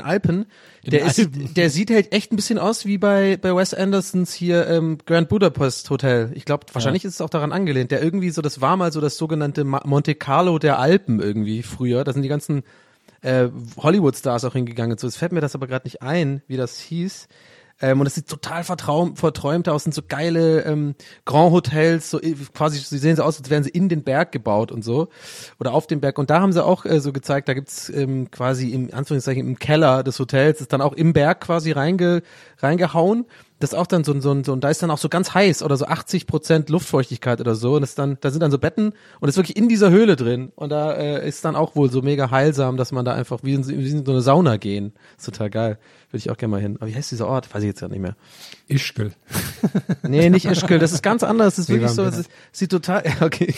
der sieht halt echt ein bisschen aus wie bei Wes Andersons hier Grand Budapest Hotel. Ich glaube, wahrscheinlich ist es auch daran angelehnt. Der irgendwie so, das war mal so das sogenannte Monte Carlo der Alpen irgendwie früher. Da sind die ganzen Hollywood-Stars auch hingegangen. So, es fällt mir das aber gerade nicht ein, wie das hieß. Und es sieht total verträumt aus, sind so geile Grand Hotels, so quasi, sie sehen so aus, als wären sie in den Berg gebaut und so. Oder auf dem Berg. Und da haben sie auch so gezeigt, da gibt's quasi im Anführungszeichen im Keller des Hotels, ist dann auch im Berg quasi reingehauen. das ist auch dann so ein, da ist dann auch so ganz heiß oder so 80% Luftfeuchtigkeit oder so. Und da sind dann so Betten und ist wirklich in dieser Höhle drin. Und da ist dann auch wohl so mega heilsam, dass man da einfach wie in so eine Sauna gehen. Ist total geil. Würde ich auch gerne mal hin. Aber wie heißt dieser Ort? Weiß ich jetzt gar nicht mehr.
Ischgl.
Nee, nicht Ischgl. Das ist ganz anders. Das ist wirklich so, sieht total, okay.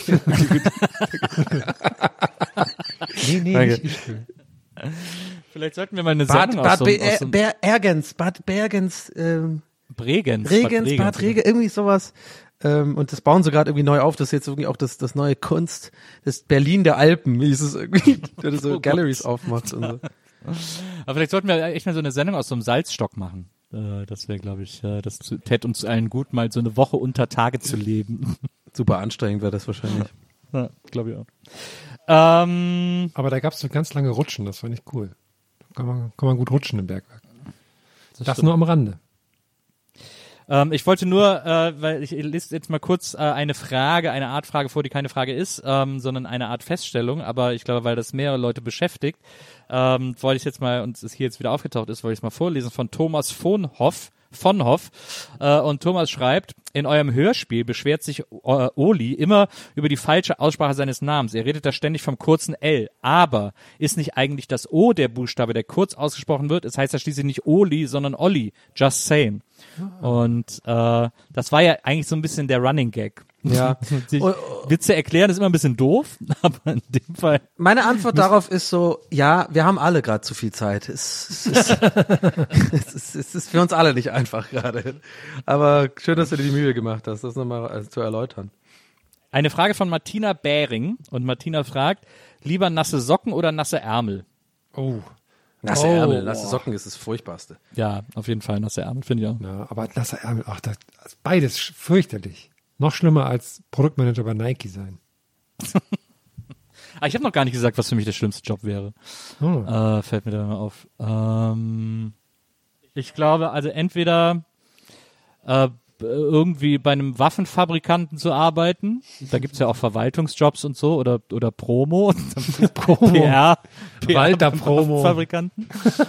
Nee,
Danke.
nicht Ischgl.
Vielleicht sollten wir mal eine
Bad
Sendung aus so
Bad Bergens,
Bregenz.
Bad Regens, irgendwie sowas. Und das bauen sie gerade irgendwie neu auf. Das ist jetzt irgendwie auch das neue Kunst, das Berlin der Alpen, wie ist es irgendwie, der so Galleries aufmacht und so.
Aber vielleicht sollten wir echt mal so eine Sendung aus so einem Salzstock machen. Das wäre, glaube ich, das täte uns allen gut, mal so eine Woche unter Tage zu leben.
Super anstrengend wäre das wahrscheinlich.
Ja, glaube ich auch.
Aber da gab es so ganz lange Rutschen, das fand ich cool. Kann man gut rutschen im Bergwerk. Das nur am Rande.
Ich wollte nur, weil ich lese jetzt mal kurz eine Art Frage vor, die keine Frage ist, sondern eine Art Feststellung, aber ich glaube, weil das mehrere Leute beschäftigt, wollte ich jetzt mal, und es hier jetzt wieder aufgetaucht ist, wollte ich es mal vorlesen von Thomas von Hoff. Und Thomas schreibt, in eurem Hörspiel beschwert sich Oli immer über die falsche Aussprache seines Namens. Er redet da ständig vom kurzen L. Aber ist nicht eigentlich das O der Buchstabe, der kurz ausgesprochen wird? Es heißt ja schließlich nicht Oli, sondern Olli. Just saying. Und das war ja eigentlich so ein bisschen der Running Gag.
Ja.
Witze erklären ist immer ein bisschen doof, aber in dem Fall.
Meine Antwort darauf ist so, ja, wir haben alle gerade zu viel Zeit. Es ist für uns alle nicht einfach gerade. Aber schön, dass du dir die Mühe gemacht hast, das nochmal zu erläutern.
Eine Frage von Martina Bäring. Und Martina fragt, lieber nasse Socken oder nasse Ärmel?
Oh.
Nasse Ärmel, nasse Socken ist das Furchtbarste.
Ja, auf jeden Fall nasse Ärmel, finde ich auch.
Ja, aber nasse Ärmel, ach, das beides fürchterlich. Noch schlimmer als Produktmanager bei Nike sein.
Ich habe noch gar nicht gesagt, was für mich der schlimmste Job wäre. Fällt mir da mal auf. Ich glaube, also entweder irgendwie bei einem Waffenfabrikanten zu arbeiten. Da gibt's ja auch Verwaltungsjobs und so oder Promo. PR
Walter Promo.
Fabrikanten.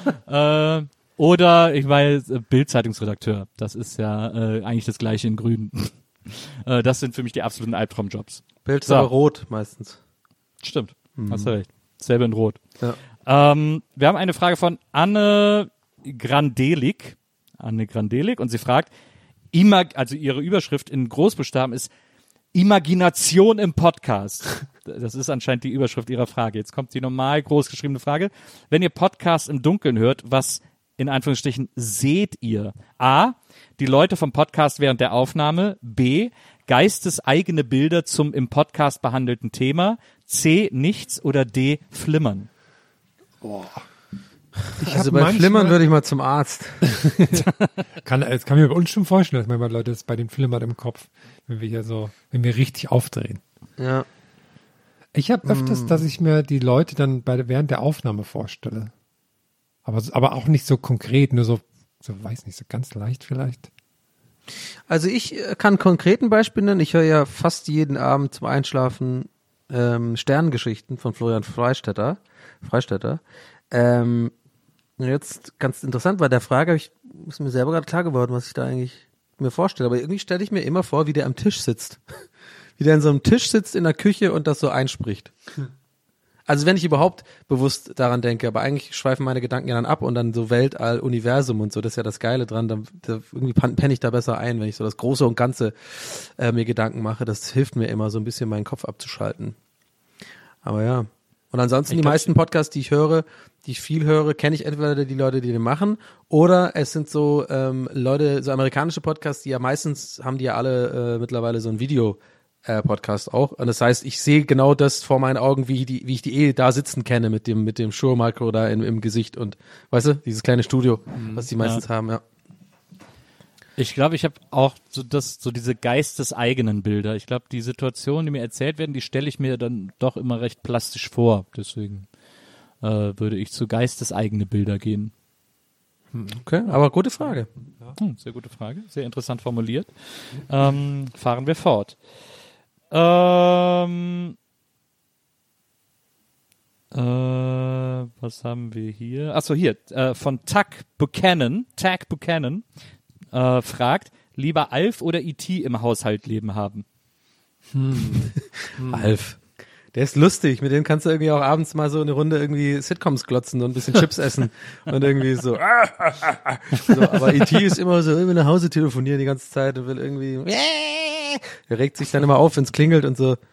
Oder ich meine Bild-Zeitungsredakteur. Das ist ja eigentlich das Gleiche in Grün. Das sind für mich die absoluten Albtraumjobs.
Bild ist aber rot meistens.
Stimmt, hast du recht. Selbe in Rot.
Ja.
Wir haben eine Frage von Anne Grandelik und sie fragt, also ihre Überschrift in Großbuchstaben ist Imagination im Podcast. Das ist anscheinend die Überschrift ihrer Frage. Jetzt kommt die normal groß geschriebene Frage. Wenn ihr Podcast im Dunkeln hört, was in Anführungsstrichen seht ihr? A, die Leute vom Podcast während der Aufnahme. B, geisteseigene Bilder zum im Podcast behandelten Thema. C, nichts. Oder D, Flimmern.
Also bei Flimmern würde ich mal zum Arzt.
Kann mir bei uns schon vorstellen, dass manchmal Leute das bei den Flimmern im Kopf, wenn wir richtig aufdrehen.
Ja.
Ich habe öfters, dass ich mir die Leute dann während der Aufnahme vorstelle. Aber auch nicht so konkret, nur so weiß nicht, so ganz leicht vielleicht.
Also ich kann einen konkreten Beispiel nennen. Ich höre ja fast jeden Abend zum Einschlafen Sternengeschichten von Florian Freistetter. Jetzt ganz interessant bei der Frage, ist mir selber gerade klar geworden, was ich da eigentlich mir vorstelle. Aber irgendwie stelle ich mir immer vor, wie der am Tisch sitzt. Wie der an so einem Tisch sitzt in der Küche und das so einspricht. Also wenn ich überhaupt bewusst daran denke, aber eigentlich schweifen meine Gedanken ja dann ab und dann so Weltall, Universum und so, das ist ja das Geile dran, da irgendwie penne ich da besser ein, wenn ich so das Große und Ganze mir Gedanken mache, das hilft mir immer so ein bisschen meinen Kopf abzuschalten. Aber ja. Und ansonsten die meisten Podcasts, die ich viel höre, kenne ich entweder die Leute, die den machen, oder es sind so Leute, so amerikanische Podcasts, die ja meistens, haben die ja alle mittlerweile so ein Video Podcast auch. Und das heißt, ich sehe genau das vor meinen Augen, wie ich die da sitzen kenne mit dem Shure-Micro da im Gesicht und, weißt du, dieses kleine Studio, was die meistens haben, ja.
Ich glaube, ich habe auch so diese geisteseigenen Bilder. Ich glaube, die Situationen, die mir erzählt werden, die stelle ich mir dann doch immer recht plastisch vor. Deswegen würde ich zu geisteseigene Bilder gehen.
Okay, aber gute Frage.
Sehr gute Frage, sehr interessant formuliert. Fahren wir fort. Was haben wir hier? Achso, hier, von Tag Buchanan. fragt, lieber Alf oder E.T. im Haushalt leben haben?
Alf. Der ist lustig, mit dem kannst du irgendwie auch abends mal so eine Runde irgendwie Sitcoms glotzen und ein bisschen Chips essen und irgendwie so. So, aber E.T. ist immer so, immer nach Hause telefonieren die ganze Zeit und will irgendwie, er regt sich dann immer auf, wenn es klingelt und so.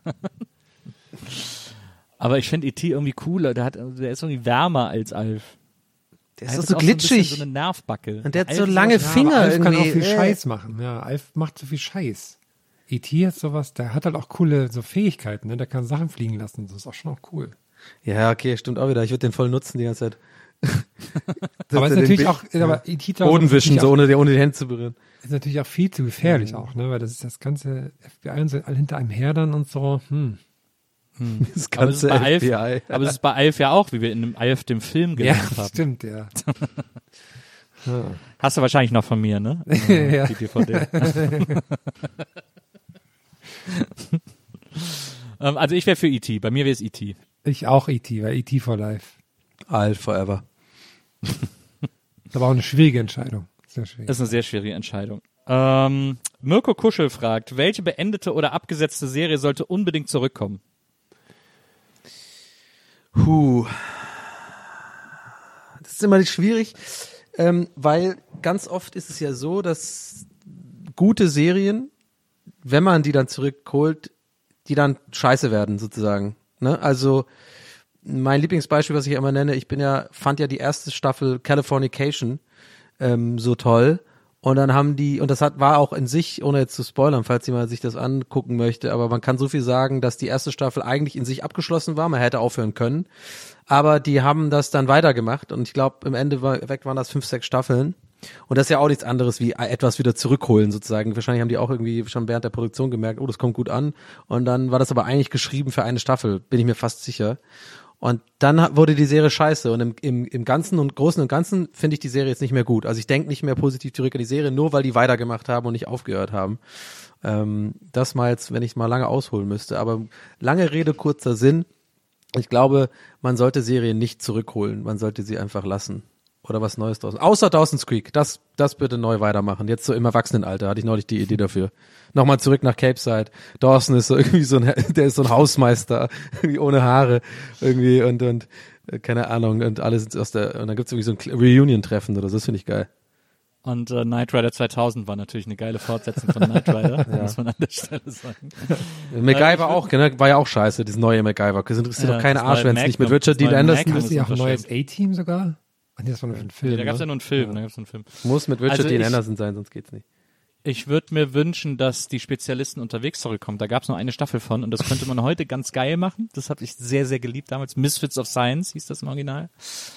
Aber ich finde E.T. irgendwie cooler, der ist irgendwie wärmer als Alf.
Der ist so glitschig.
So eine Nervbacke.
Und der hat
Alf
so
ist
lange
was-
Finger
Alf
irgendwie.
kann auch viel Scheiß machen. Ja, Alf macht so viel Scheiß. E.T. ist sowas, der hat halt auch coole so Fähigkeiten, ne? Der kann Sachen fliegen lassen. Das ist auch schon auch cool.
Ja, okay, stimmt auch wieder. Ich würde den voll nutzen die ganze Zeit.
Aber es ist natürlich auch, aber E.T.
Boden wischen,
ist
so
natürlich
ohne die Hände zu berühren.
auch, ist natürlich auch viel zu gefährlich auch, ne? Weil das ist das ganze FBI und so alle hinter einem her dann und so.
Das
Aber es ist
ganze
bei Alf,
FBI.
aber es ist bei Alf ja auch, wie wir in dem Alf, dem Film
Ja,
gelernt haben.
stimmt, ja.
Hast du wahrscheinlich noch von mir, ne?
Ja.
Die DVD. Also ich wäre für E.T. Bei mir wäre es E.T.
Ich auch E.T., weil E.T. for Life.
Alf forever.
Ist aber auch eine schwierige Entscheidung. Sehr schwierig.
Das ist eine sehr schwierige Entscheidung. Mirko Kuschel fragt, welche beendete oder abgesetzte Serie sollte unbedingt zurückkommen?
Das ist immer schwierig, weil ganz oft ist es ja so, dass gute Serien, wenn man die dann zurückholt, die dann scheiße werden sozusagen. Ne? Also mein Lieblingsbeispiel, was ich immer nenne, fand ja die erste Staffel Californication so toll. Und dann war auch in sich, ohne jetzt zu spoilern, falls jemand sich das angucken möchte, aber man kann so viel sagen, dass die erste Staffel eigentlich in sich abgeschlossen war, man hätte aufhören können, aber die haben das dann weitergemacht und ich glaube, im Endeffekt waren das 5, 6 Staffeln und das ist ja auch nichts anderes wie etwas wieder zurückholen sozusagen. Wahrscheinlich haben die auch irgendwie schon während der Produktion gemerkt, oh, das kommt gut an und dann war das aber eigentlich geschrieben für eine Staffel, bin ich mir fast sicher. Und dann wurde die Serie scheiße und im Ganzen und Großen und Ganzen finde ich die Serie jetzt nicht mehr gut. Also ich denke nicht mehr positiv zurück an die Serie, nur weil die weitergemacht haben und nicht aufgehört haben. Das mal jetzt, wenn ich mal lange ausholen müsste. Aber lange Rede, kurzer Sinn. Ich glaube, man sollte Serien nicht zurückholen. Man sollte sie einfach lassen. Oder was Neues draus. Außer Dawson's Creek. Das bitte neu weitermachen. Jetzt so im Erwachsenenalter hatte ich neulich die Idee dafür. Nochmal zurück nach Cape Side. Dawson ist so irgendwie der ist so ein Hausmeister. Irgendwie ohne Haare. Irgendwie und keine Ahnung. Und alle sind und dann gibt's irgendwie so ein Reunion-Treffen oder so. Das finde ich geil.
Und Knight Rider 2000 war natürlich eine geile Fortsetzung von Knight Rider, muss man an der Stelle sagen.
MacGyver auch, genau, war ja auch scheiße, dieses neue MacGyver. Das interessiert doch keine Arsch, wenn es nicht mit Richard Dean Anderson
Ist
ist.
ja auch ein neues A-Team sogar? Ach nee, das war nur ein Film.
Da gab's ja
ne?
nur einen Film. Da gab's einen Film.
Muss mit Richard
Also
Dean
ich-
Anderson sein, sonst geht's nicht.
Ich würde mir wünschen, dass die Spezialisten unterwegs zurückkommen. Da gab's nur eine Staffel von und das könnte man heute ganz geil machen. Das habe ich sehr, sehr geliebt damals. Misfits of Science hieß das im Original.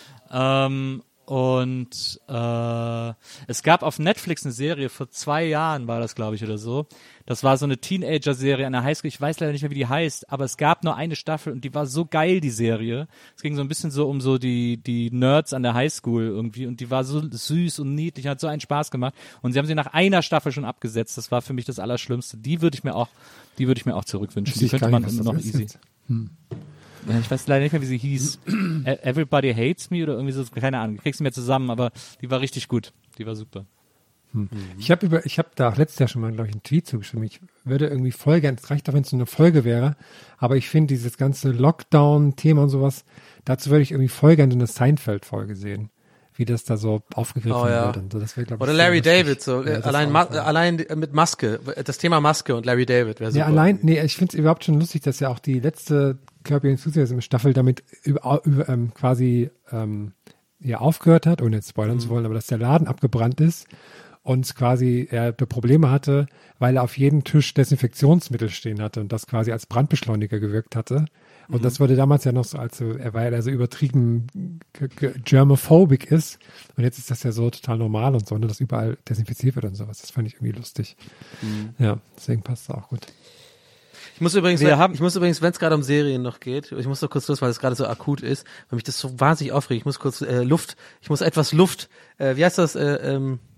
Es gab auf Netflix eine Serie, vor 2 Jahren war das, glaube ich, oder so. Das war so eine Teenager-Serie an der Highschool. Ich weiß leider nicht mehr, wie die heißt, aber es gab nur eine Staffel und die war so geil, die Serie. Es ging so ein bisschen so um so die Nerds an der Highschool irgendwie und die war so süß und niedlich, hat so einen Spaß gemacht. Und sie haben sie nach einer Staffel schon abgesetzt. Das war für mich das Allerschlimmste. Die würde ich mir auch zurückwünschen. Die
Ich
könnte
gar
man
nicht, was
immer noch
das ist
easy.
jetzt.
Ja, ich weiß leider nicht mehr, wie sie hieß. Everybody Hates Me oder irgendwie so, keine Ahnung. Ich krieg's nicht mehr zusammen, aber die war richtig gut. Die war super.
Ich habe da auch letztes Jahr schon mal, glaube ich, einen Tweet zugeschrieben. Ich würde irgendwie voll gern, es reicht auch, wenn es nur eine Folge wäre, aber ich finde dieses ganze Lockdown-Thema und sowas, dazu würde ich irgendwie voll gern so eine Seinfeld-Folge sehen, wie das da so aufgegriffen wird. Und so. Das wäre, glaub ich,
Oder
so
Larry
lustig.
David, so
Ja, das
allein
auch, ja.
allein mit Maske, das Thema Maske und Larry David wäre super.
Ja, ich finde es überhaupt schon lustig, dass ja auch die letzte Curb Your Enthusiasm Staffel damit quasi aufgehört hat, ohne jetzt spoilern zu wollen, aber dass der Laden abgebrannt ist und quasi er Probleme hatte, weil er auf jedem Tisch Desinfektionsmittel stehen hatte und das quasi als Brandbeschleuniger gewirkt hatte. Und das wurde damals ja noch so, weil er so übertrieben germophobic ist. Und jetzt ist das ja so total normal und so, ne, dass überall desinfiziert wird und sowas. Das fand ich irgendwie lustig. Ja, deswegen passt es auch gut.
Ich muss übrigens,
Wir
wenn es gerade um Serien noch geht, ich muss noch kurz los, weil es gerade so akut ist, weil mich das so wahnsinnig aufregt. Ich muss kurz Luft, wie heißt das,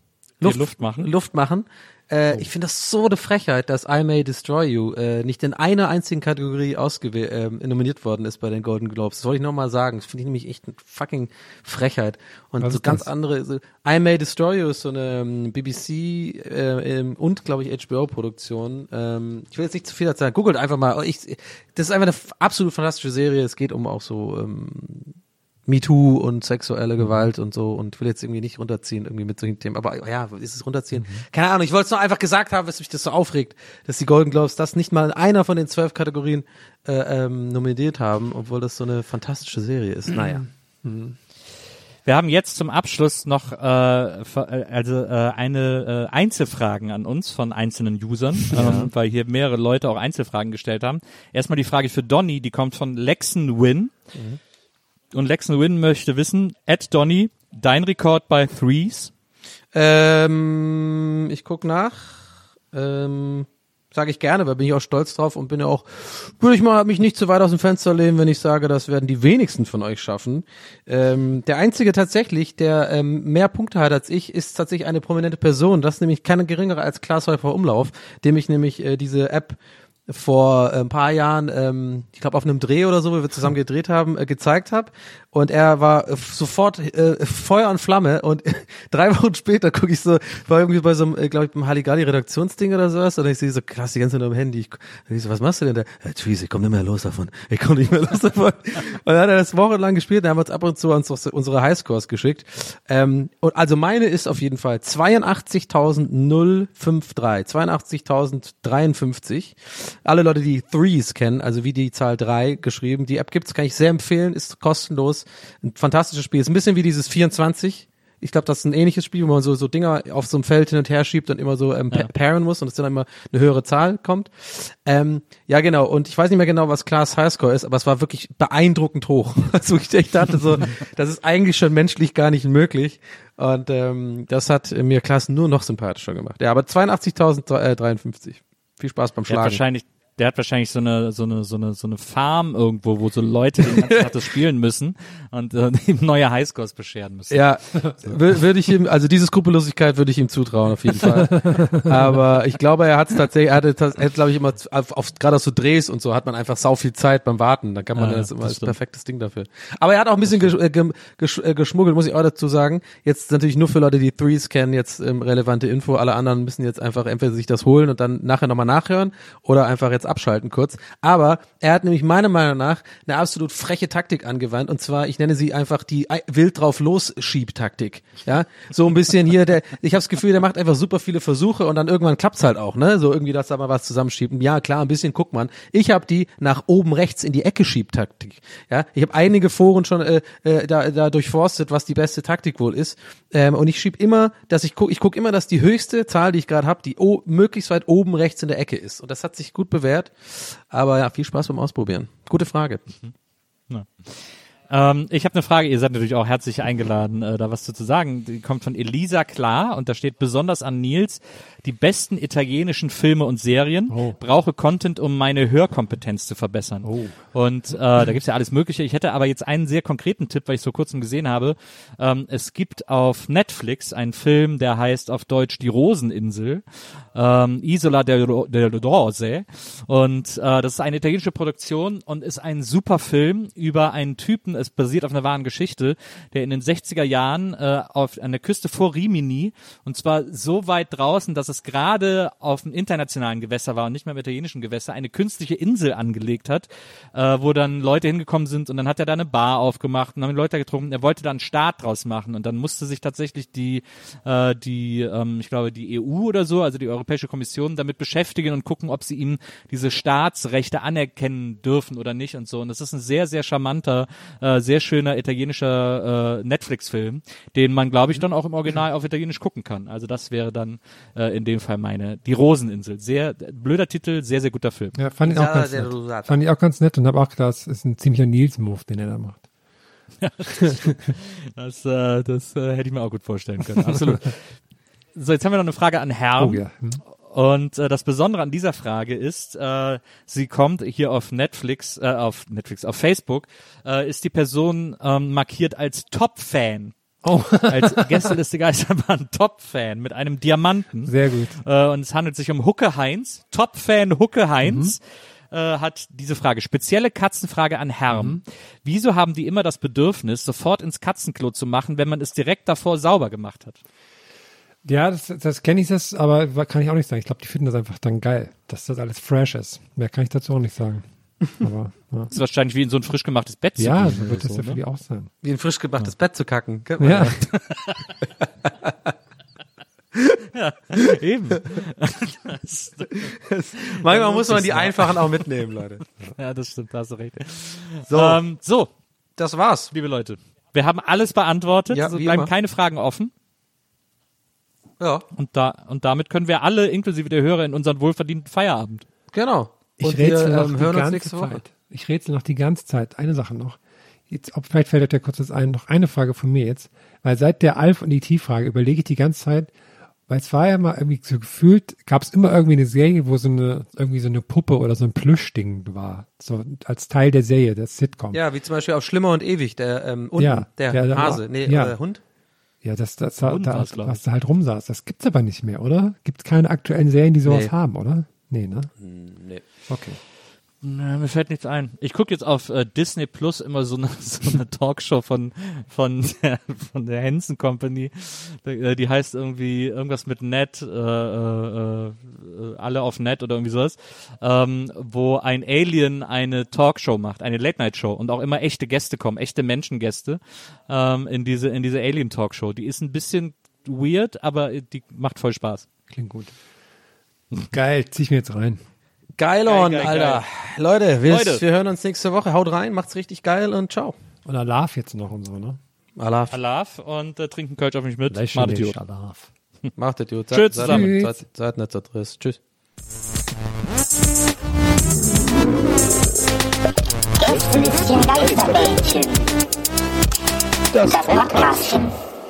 Luft machen.
Ich finde das so eine Frechheit, dass I May Destroy You nicht in einer einzigen Kategorie nominiert worden ist bei den Golden Globes. Das wollte ich nochmal sagen. Das finde ich nämlich echt eine fucking Frechheit. Und
Was
so
ist
ganz
das?
andere, so, I May Destroy You ist so eine BBC und, glaube ich, HBO-Produktion. Ich will jetzt nicht zu viel dazu sagen. Googelt einfach mal. Das ist einfach eine absolut fantastische Serie. Es geht um auch so MeToo und sexuelle Gewalt und so, und will jetzt irgendwie nicht runterziehen irgendwie mit solchen Themen, aber ja, ist es runterziehen? Keine Ahnung, ich wollte es nur einfach gesagt haben, dass mich das so aufregt, dass die Golden Globes das nicht mal in einer von den 12 Kategorien nominiert haben, obwohl das so eine fantastische Serie ist. Naja.
Wir haben jetzt zum Abschluss noch eine Einzelfragen an uns von einzelnen Usern, weil hier mehrere Leute auch Einzelfragen gestellt haben. Erstmal die Frage für Donny, die kommt von Lexenwin. Und Lexenwin möchte wissen, @Donny, dein Rekord bei Threes?
Ich guck nach. Sage ich gerne, weil bin ich auch stolz drauf und bin ja auch, würde ich mal mich nicht zu weit aus dem Fenster lehnen, wenn ich sage, das werden die wenigsten von euch schaffen. Der einzige tatsächlich, der mehr Punkte hat als ich, ist tatsächlich eine prominente Person. Das ist nämlich keine geringere als Klaas Häufer Umlauf, dem ich nämlich diese App vor ein paar Jahren, ich glaube auf einem Dreh oder so, wo wir zusammen gedreht haben, gezeigt habe. Und er war sofort Feuer und Flamme. Und 3 Wochen später gucke ich so, war irgendwie bei so einem, glaube ich, beim Halligalli-Redaktionsding oder sowas. Und ich sehe so, krass, die ganze Zeit nur am Handy. Ich so, was machst du denn da? Tschüss, ich komme nicht mehr los davon. Ich komme nicht mehr los davon. Und dann hat er das wochenlang gespielt. Dann haben wir uns ab und zu unsere Highscores geschickt. Und also meine ist auf jeden Fall 82.053. 82.053. Alle Leute, die Threes kennen, also wie die Zahl 3 geschrieben, die App gibt's, kann ich sehr empfehlen, ist kostenlos, ein fantastisches Spiel, ist ein bisschen wie dieses 24, ich glaube, das ist ein ähnliches Spiel, wo man so Dinger auf so einem Feld hin und her schiebt und immer so pairen muss und es dann immer eine höhere Zahl kommt. Ja, genau, und ich weiß nicht mehr genau, was Klaas Highscore ist, aber es war wirklich beeindruckend hoch. Also ich dachte so, das ist eigentlich schon menschlich gar nicht möglich. Und das hat mir Klaas nur noch sympathischer gemacht. Ja, aber 82.053. Viel Spaß beim Schlagen.
Der hat wahrscheinlich so eine Farm irgendwo, wo so Leute den ganzen Tag das spielen müssen und ihm neue Highscores bescheren müssen.
Ja, würde ich ihm, also diese Skrupellosigkeit würde ich ihm zutrauen, auf jeden Fall. Aber ich glaube, er hat es tatsächlich, er hat glaube ich immer, gerade auf so Drehs und so, hat man einfach sau viel Zeit beim Warten. Dann kann man das immer als perfektes Ding dafür. Aber er hat auch ein bisschen geschmuggelt, muss ich auch dazu sagen. Jetzt natürlich nur für Leute, die Threes kennen, jetzt relevante Info. Alle anderen müssen jetzt einfach entweder sich das holen und dann nachher nochmal nachhören oder einfach jetzt abschalten kurz. Aber er hat nämlich meiner Meinung nach eine absolut freche Taktik angewandt, und zwar, ich nenne sie einfach die wild drauf los-Schieb-Taktik. Ja, so ein bisschen hier, ich habe das Gefühl, der macht einfach super viele Versuche und dann irgendwann klappt's halt auch, ne? So irgendwie, dass da mal was zusammenschieben. Ja, klar, ein bisschen guckt man. Ich habe die nach oben rechts in die Ecke Schieb-Taktik. Ja, ich habe einige Foren schon da durchforstet, was die beste Taktik wohl ist. Und ich schieb immer, ich guck immer, dass die höchste Zahl, die ich gerade habe, die möglichst weit oben rechts in der Ecke ist. Und das hat sich gut bewährt. Aber ja, viel Spaß beim Ausprobieren. Gute Frage.
Ja. Ich habe eine Frage, ihr seid natürlich auch herzlich eingeladen, da was zu sagen. Die kommt von Elisa Klar und da steht besonders an Nils, die besten italienischen Filme und Serien, brauche Content, um meine Hörkompetenz zu verbessern. Und da gibt's ja alles Mögliche. Ich hätte aber jetzt einen sehr konkreten Tipp, weil ich so kurzem gesehen habe. Es gibt auf Netflix einen Film, der heißt auf Deutsch Die Roseninsel, Isola del Rose. Und das ist eine italienische Produktion und ist ein super Film über einen Typen, es basiert auf einer wahren Geschichte, der in den 60er Jahren an der Küste vor Rimini, und zwar so weit draußen, dass es gerade auf dem internationalen Gewässer war und nicht mehr im italienischen Gewässer, eine künstliche Insel angelegt hat, wo dann Leute hingekommen sind, und dann hat er da eine Bar aufgemacht und haben Leute getrunken. Er wollte da einen Staat draus machen, und dann musste sich tatsächlich ich glaube die EU oder so, also die Europäische Kommission, damit beschäftigen und gucken, ob sie ihm diese Staatsrechte anerkennen dürfen oder nicht und so. Und das ist ein sehr, sehr charmanter, sehr schöner italienischer Netflix-Film, den man, glaube ich, dann auch im Original auf Italienisch gucken kann. Also das wäre dann in dem Fall Die Roseninsel. Sehr blöder Titel, sehr, sehr guter Film.
Ja, fand ich auch ganz nett und habe auch gedacht, das ist ein ziemlicher Nils-Move, den er da macht.
Das hätte ich mir auch gut vorstellen können. Absolut. So, jetzt haben wir noch eine Frage an Herrn.
Oh ja.
Und das Besondere an dieser Frage ist, sie kommt hier auf auf Facebook, ist die Person markiert als Top-Fan.
Oh.
Als Gästeliste Geisterbahn Top-Fan mit einem Diamanten.
Sehr gut.
Und es handelt sich um Hucke Heinz. Top-Fan Hucke Heinz hat diese Frage. Spezielle Katzenfrage an Herm. Wieso haben die immer das Bedürfnis, sofort ins Katzenklo zu machen, wenn man es direkt davor sauber gemacht hat?
Ja, das kenne ich das, aber kann ich auch nicht sagen. Ich glaube, die finden das einfach dann geil, dass das alles fresh ist. Mehr kann ich dazu auch nicht sagen. Aber, ja.
Das ist wahrscheinlich wie in so ein frisch gemachtes Bett zu
Ja,
gehen
so wird
oder
das ja für
ne?
die auch sein.
Wie ein frisch gemachtes Bett zu kacken. Kennt man
Ja.
Eben.
Manchmal muss man die einfachen auch mitnehmen, Leute.
Ja, das stimmt, da hast du recht.
So,
So,
das war's.
liebe Leute. Wir haben alles beantwortet.
Ja,
Es
wie
bleiben
immer.
keine Fragen offen.
Ja,
Und damit können wir alle, inklusive der Hörer, in unseren wohlverdienten Feierabend.
genau.
Ich
Und
rätsel
wir
noch die
hören uns
ganze
nächste Woche.
Zeit. Ich rätsel noch die ganze Zeit. Eine Sache noch. Jetzt, vielleicht fällt euch ja kurz das ein. Noch eine Frage von mir jetzt. Weil seit der Alf und IT-Frage überlege ich die ganze Zeit, weil es war ja mal irgendwie so gefühlt, gab es immer irgendwie eine Serie, wo so eine Puppe oder so ein Plüschding war. So als Teil der Serie, der Sitcom.
Ja, wie zum Beispiel auf Schlimmer und Ewig, der unten,
Ja,
der
der
Hase,
auch-
nee,
ja.
oder Hund.
Ja, das
Hund war's, glaub ich.
was da halt rumsaß. Das gibt's aber nicht mehr, oder? Gibt's keine aktuellen Serien, die sowas
Nee.
haben, oder? Nee, ne?
Nee.
Okay.
Na, mir fällt nichts ein. Ich gucke jetzt auf Disney Plus immer so eine Talkshow von der Henson Company. Die heißt irgendwie irgendwas mit Net, alle auf Net oder irgendwie sowas, wo ein Alien eine Talkshow macht, eine Late-Night-Show und auch immer echte Gäste kommen, echte Menschengäste in diese Alien-Talkshow. Die ist ein bisschen weird, aber die macht voll Spaß.
Klingt gut. Geil, zieh ich mir jetzt rein.
Geilon,
Geil,
Alter. Leute, wir
Leute.
hören uns nächste Woche. Haut rein, macht's richtig geil und ciao.
Und Alaf jetzt noch und so, ne?
Alaf.
Alaf und trinken Kölsch auf mich mit.
Lächerlich,
Macht es gut.
Alaf.
Macht es gut.
Tschüss
Seid
zusammen.
nicht so trist. Tschüss.
Gästelistchen Geisterbällchen. Das Podcastchen.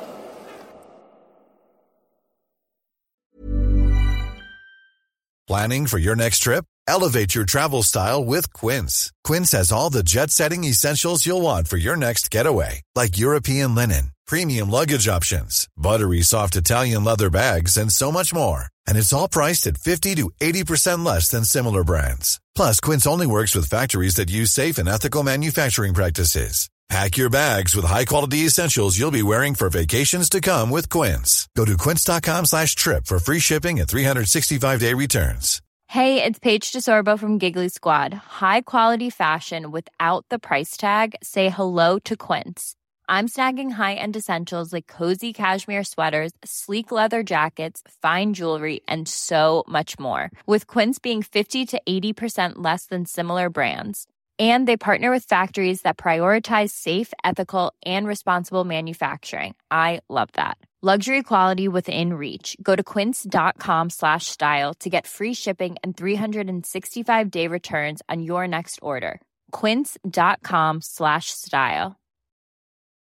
Planning for your next trip? Elevate your travel style with Quince. Quince has all the jet-setting essentials you'll want for your next getaway, like European linen, premium luggage options, buttery soft Italian leather bags, and so much more. And it's all priced at 50 to 80% less than similar brands. Plus, Quince only works with factories that use safe and ethical manufacturing practices. Pack your bags with high-quality essentials you'll be wearing for vacations to come with Quince. Go to quince.com/trip for free shipping and 365-day returns.
Hey, it's Paige DeSorbo from Giggly Squad. High quality fashion without the price tag. Say hello to Quince. I'm snagging high-end essentials like cozy cashmere sweaters, sleek leather jackets, fine jewelry, and so much more. With Quince being 50 to 80% less than similar brands. And they partner with factories that prioritize safe, ethical, and responsible manufacturing. I love that. Luxury quality within reach. Go to quince.com/style to get free shipping and 365-day returns on your next order. Quince.com/style.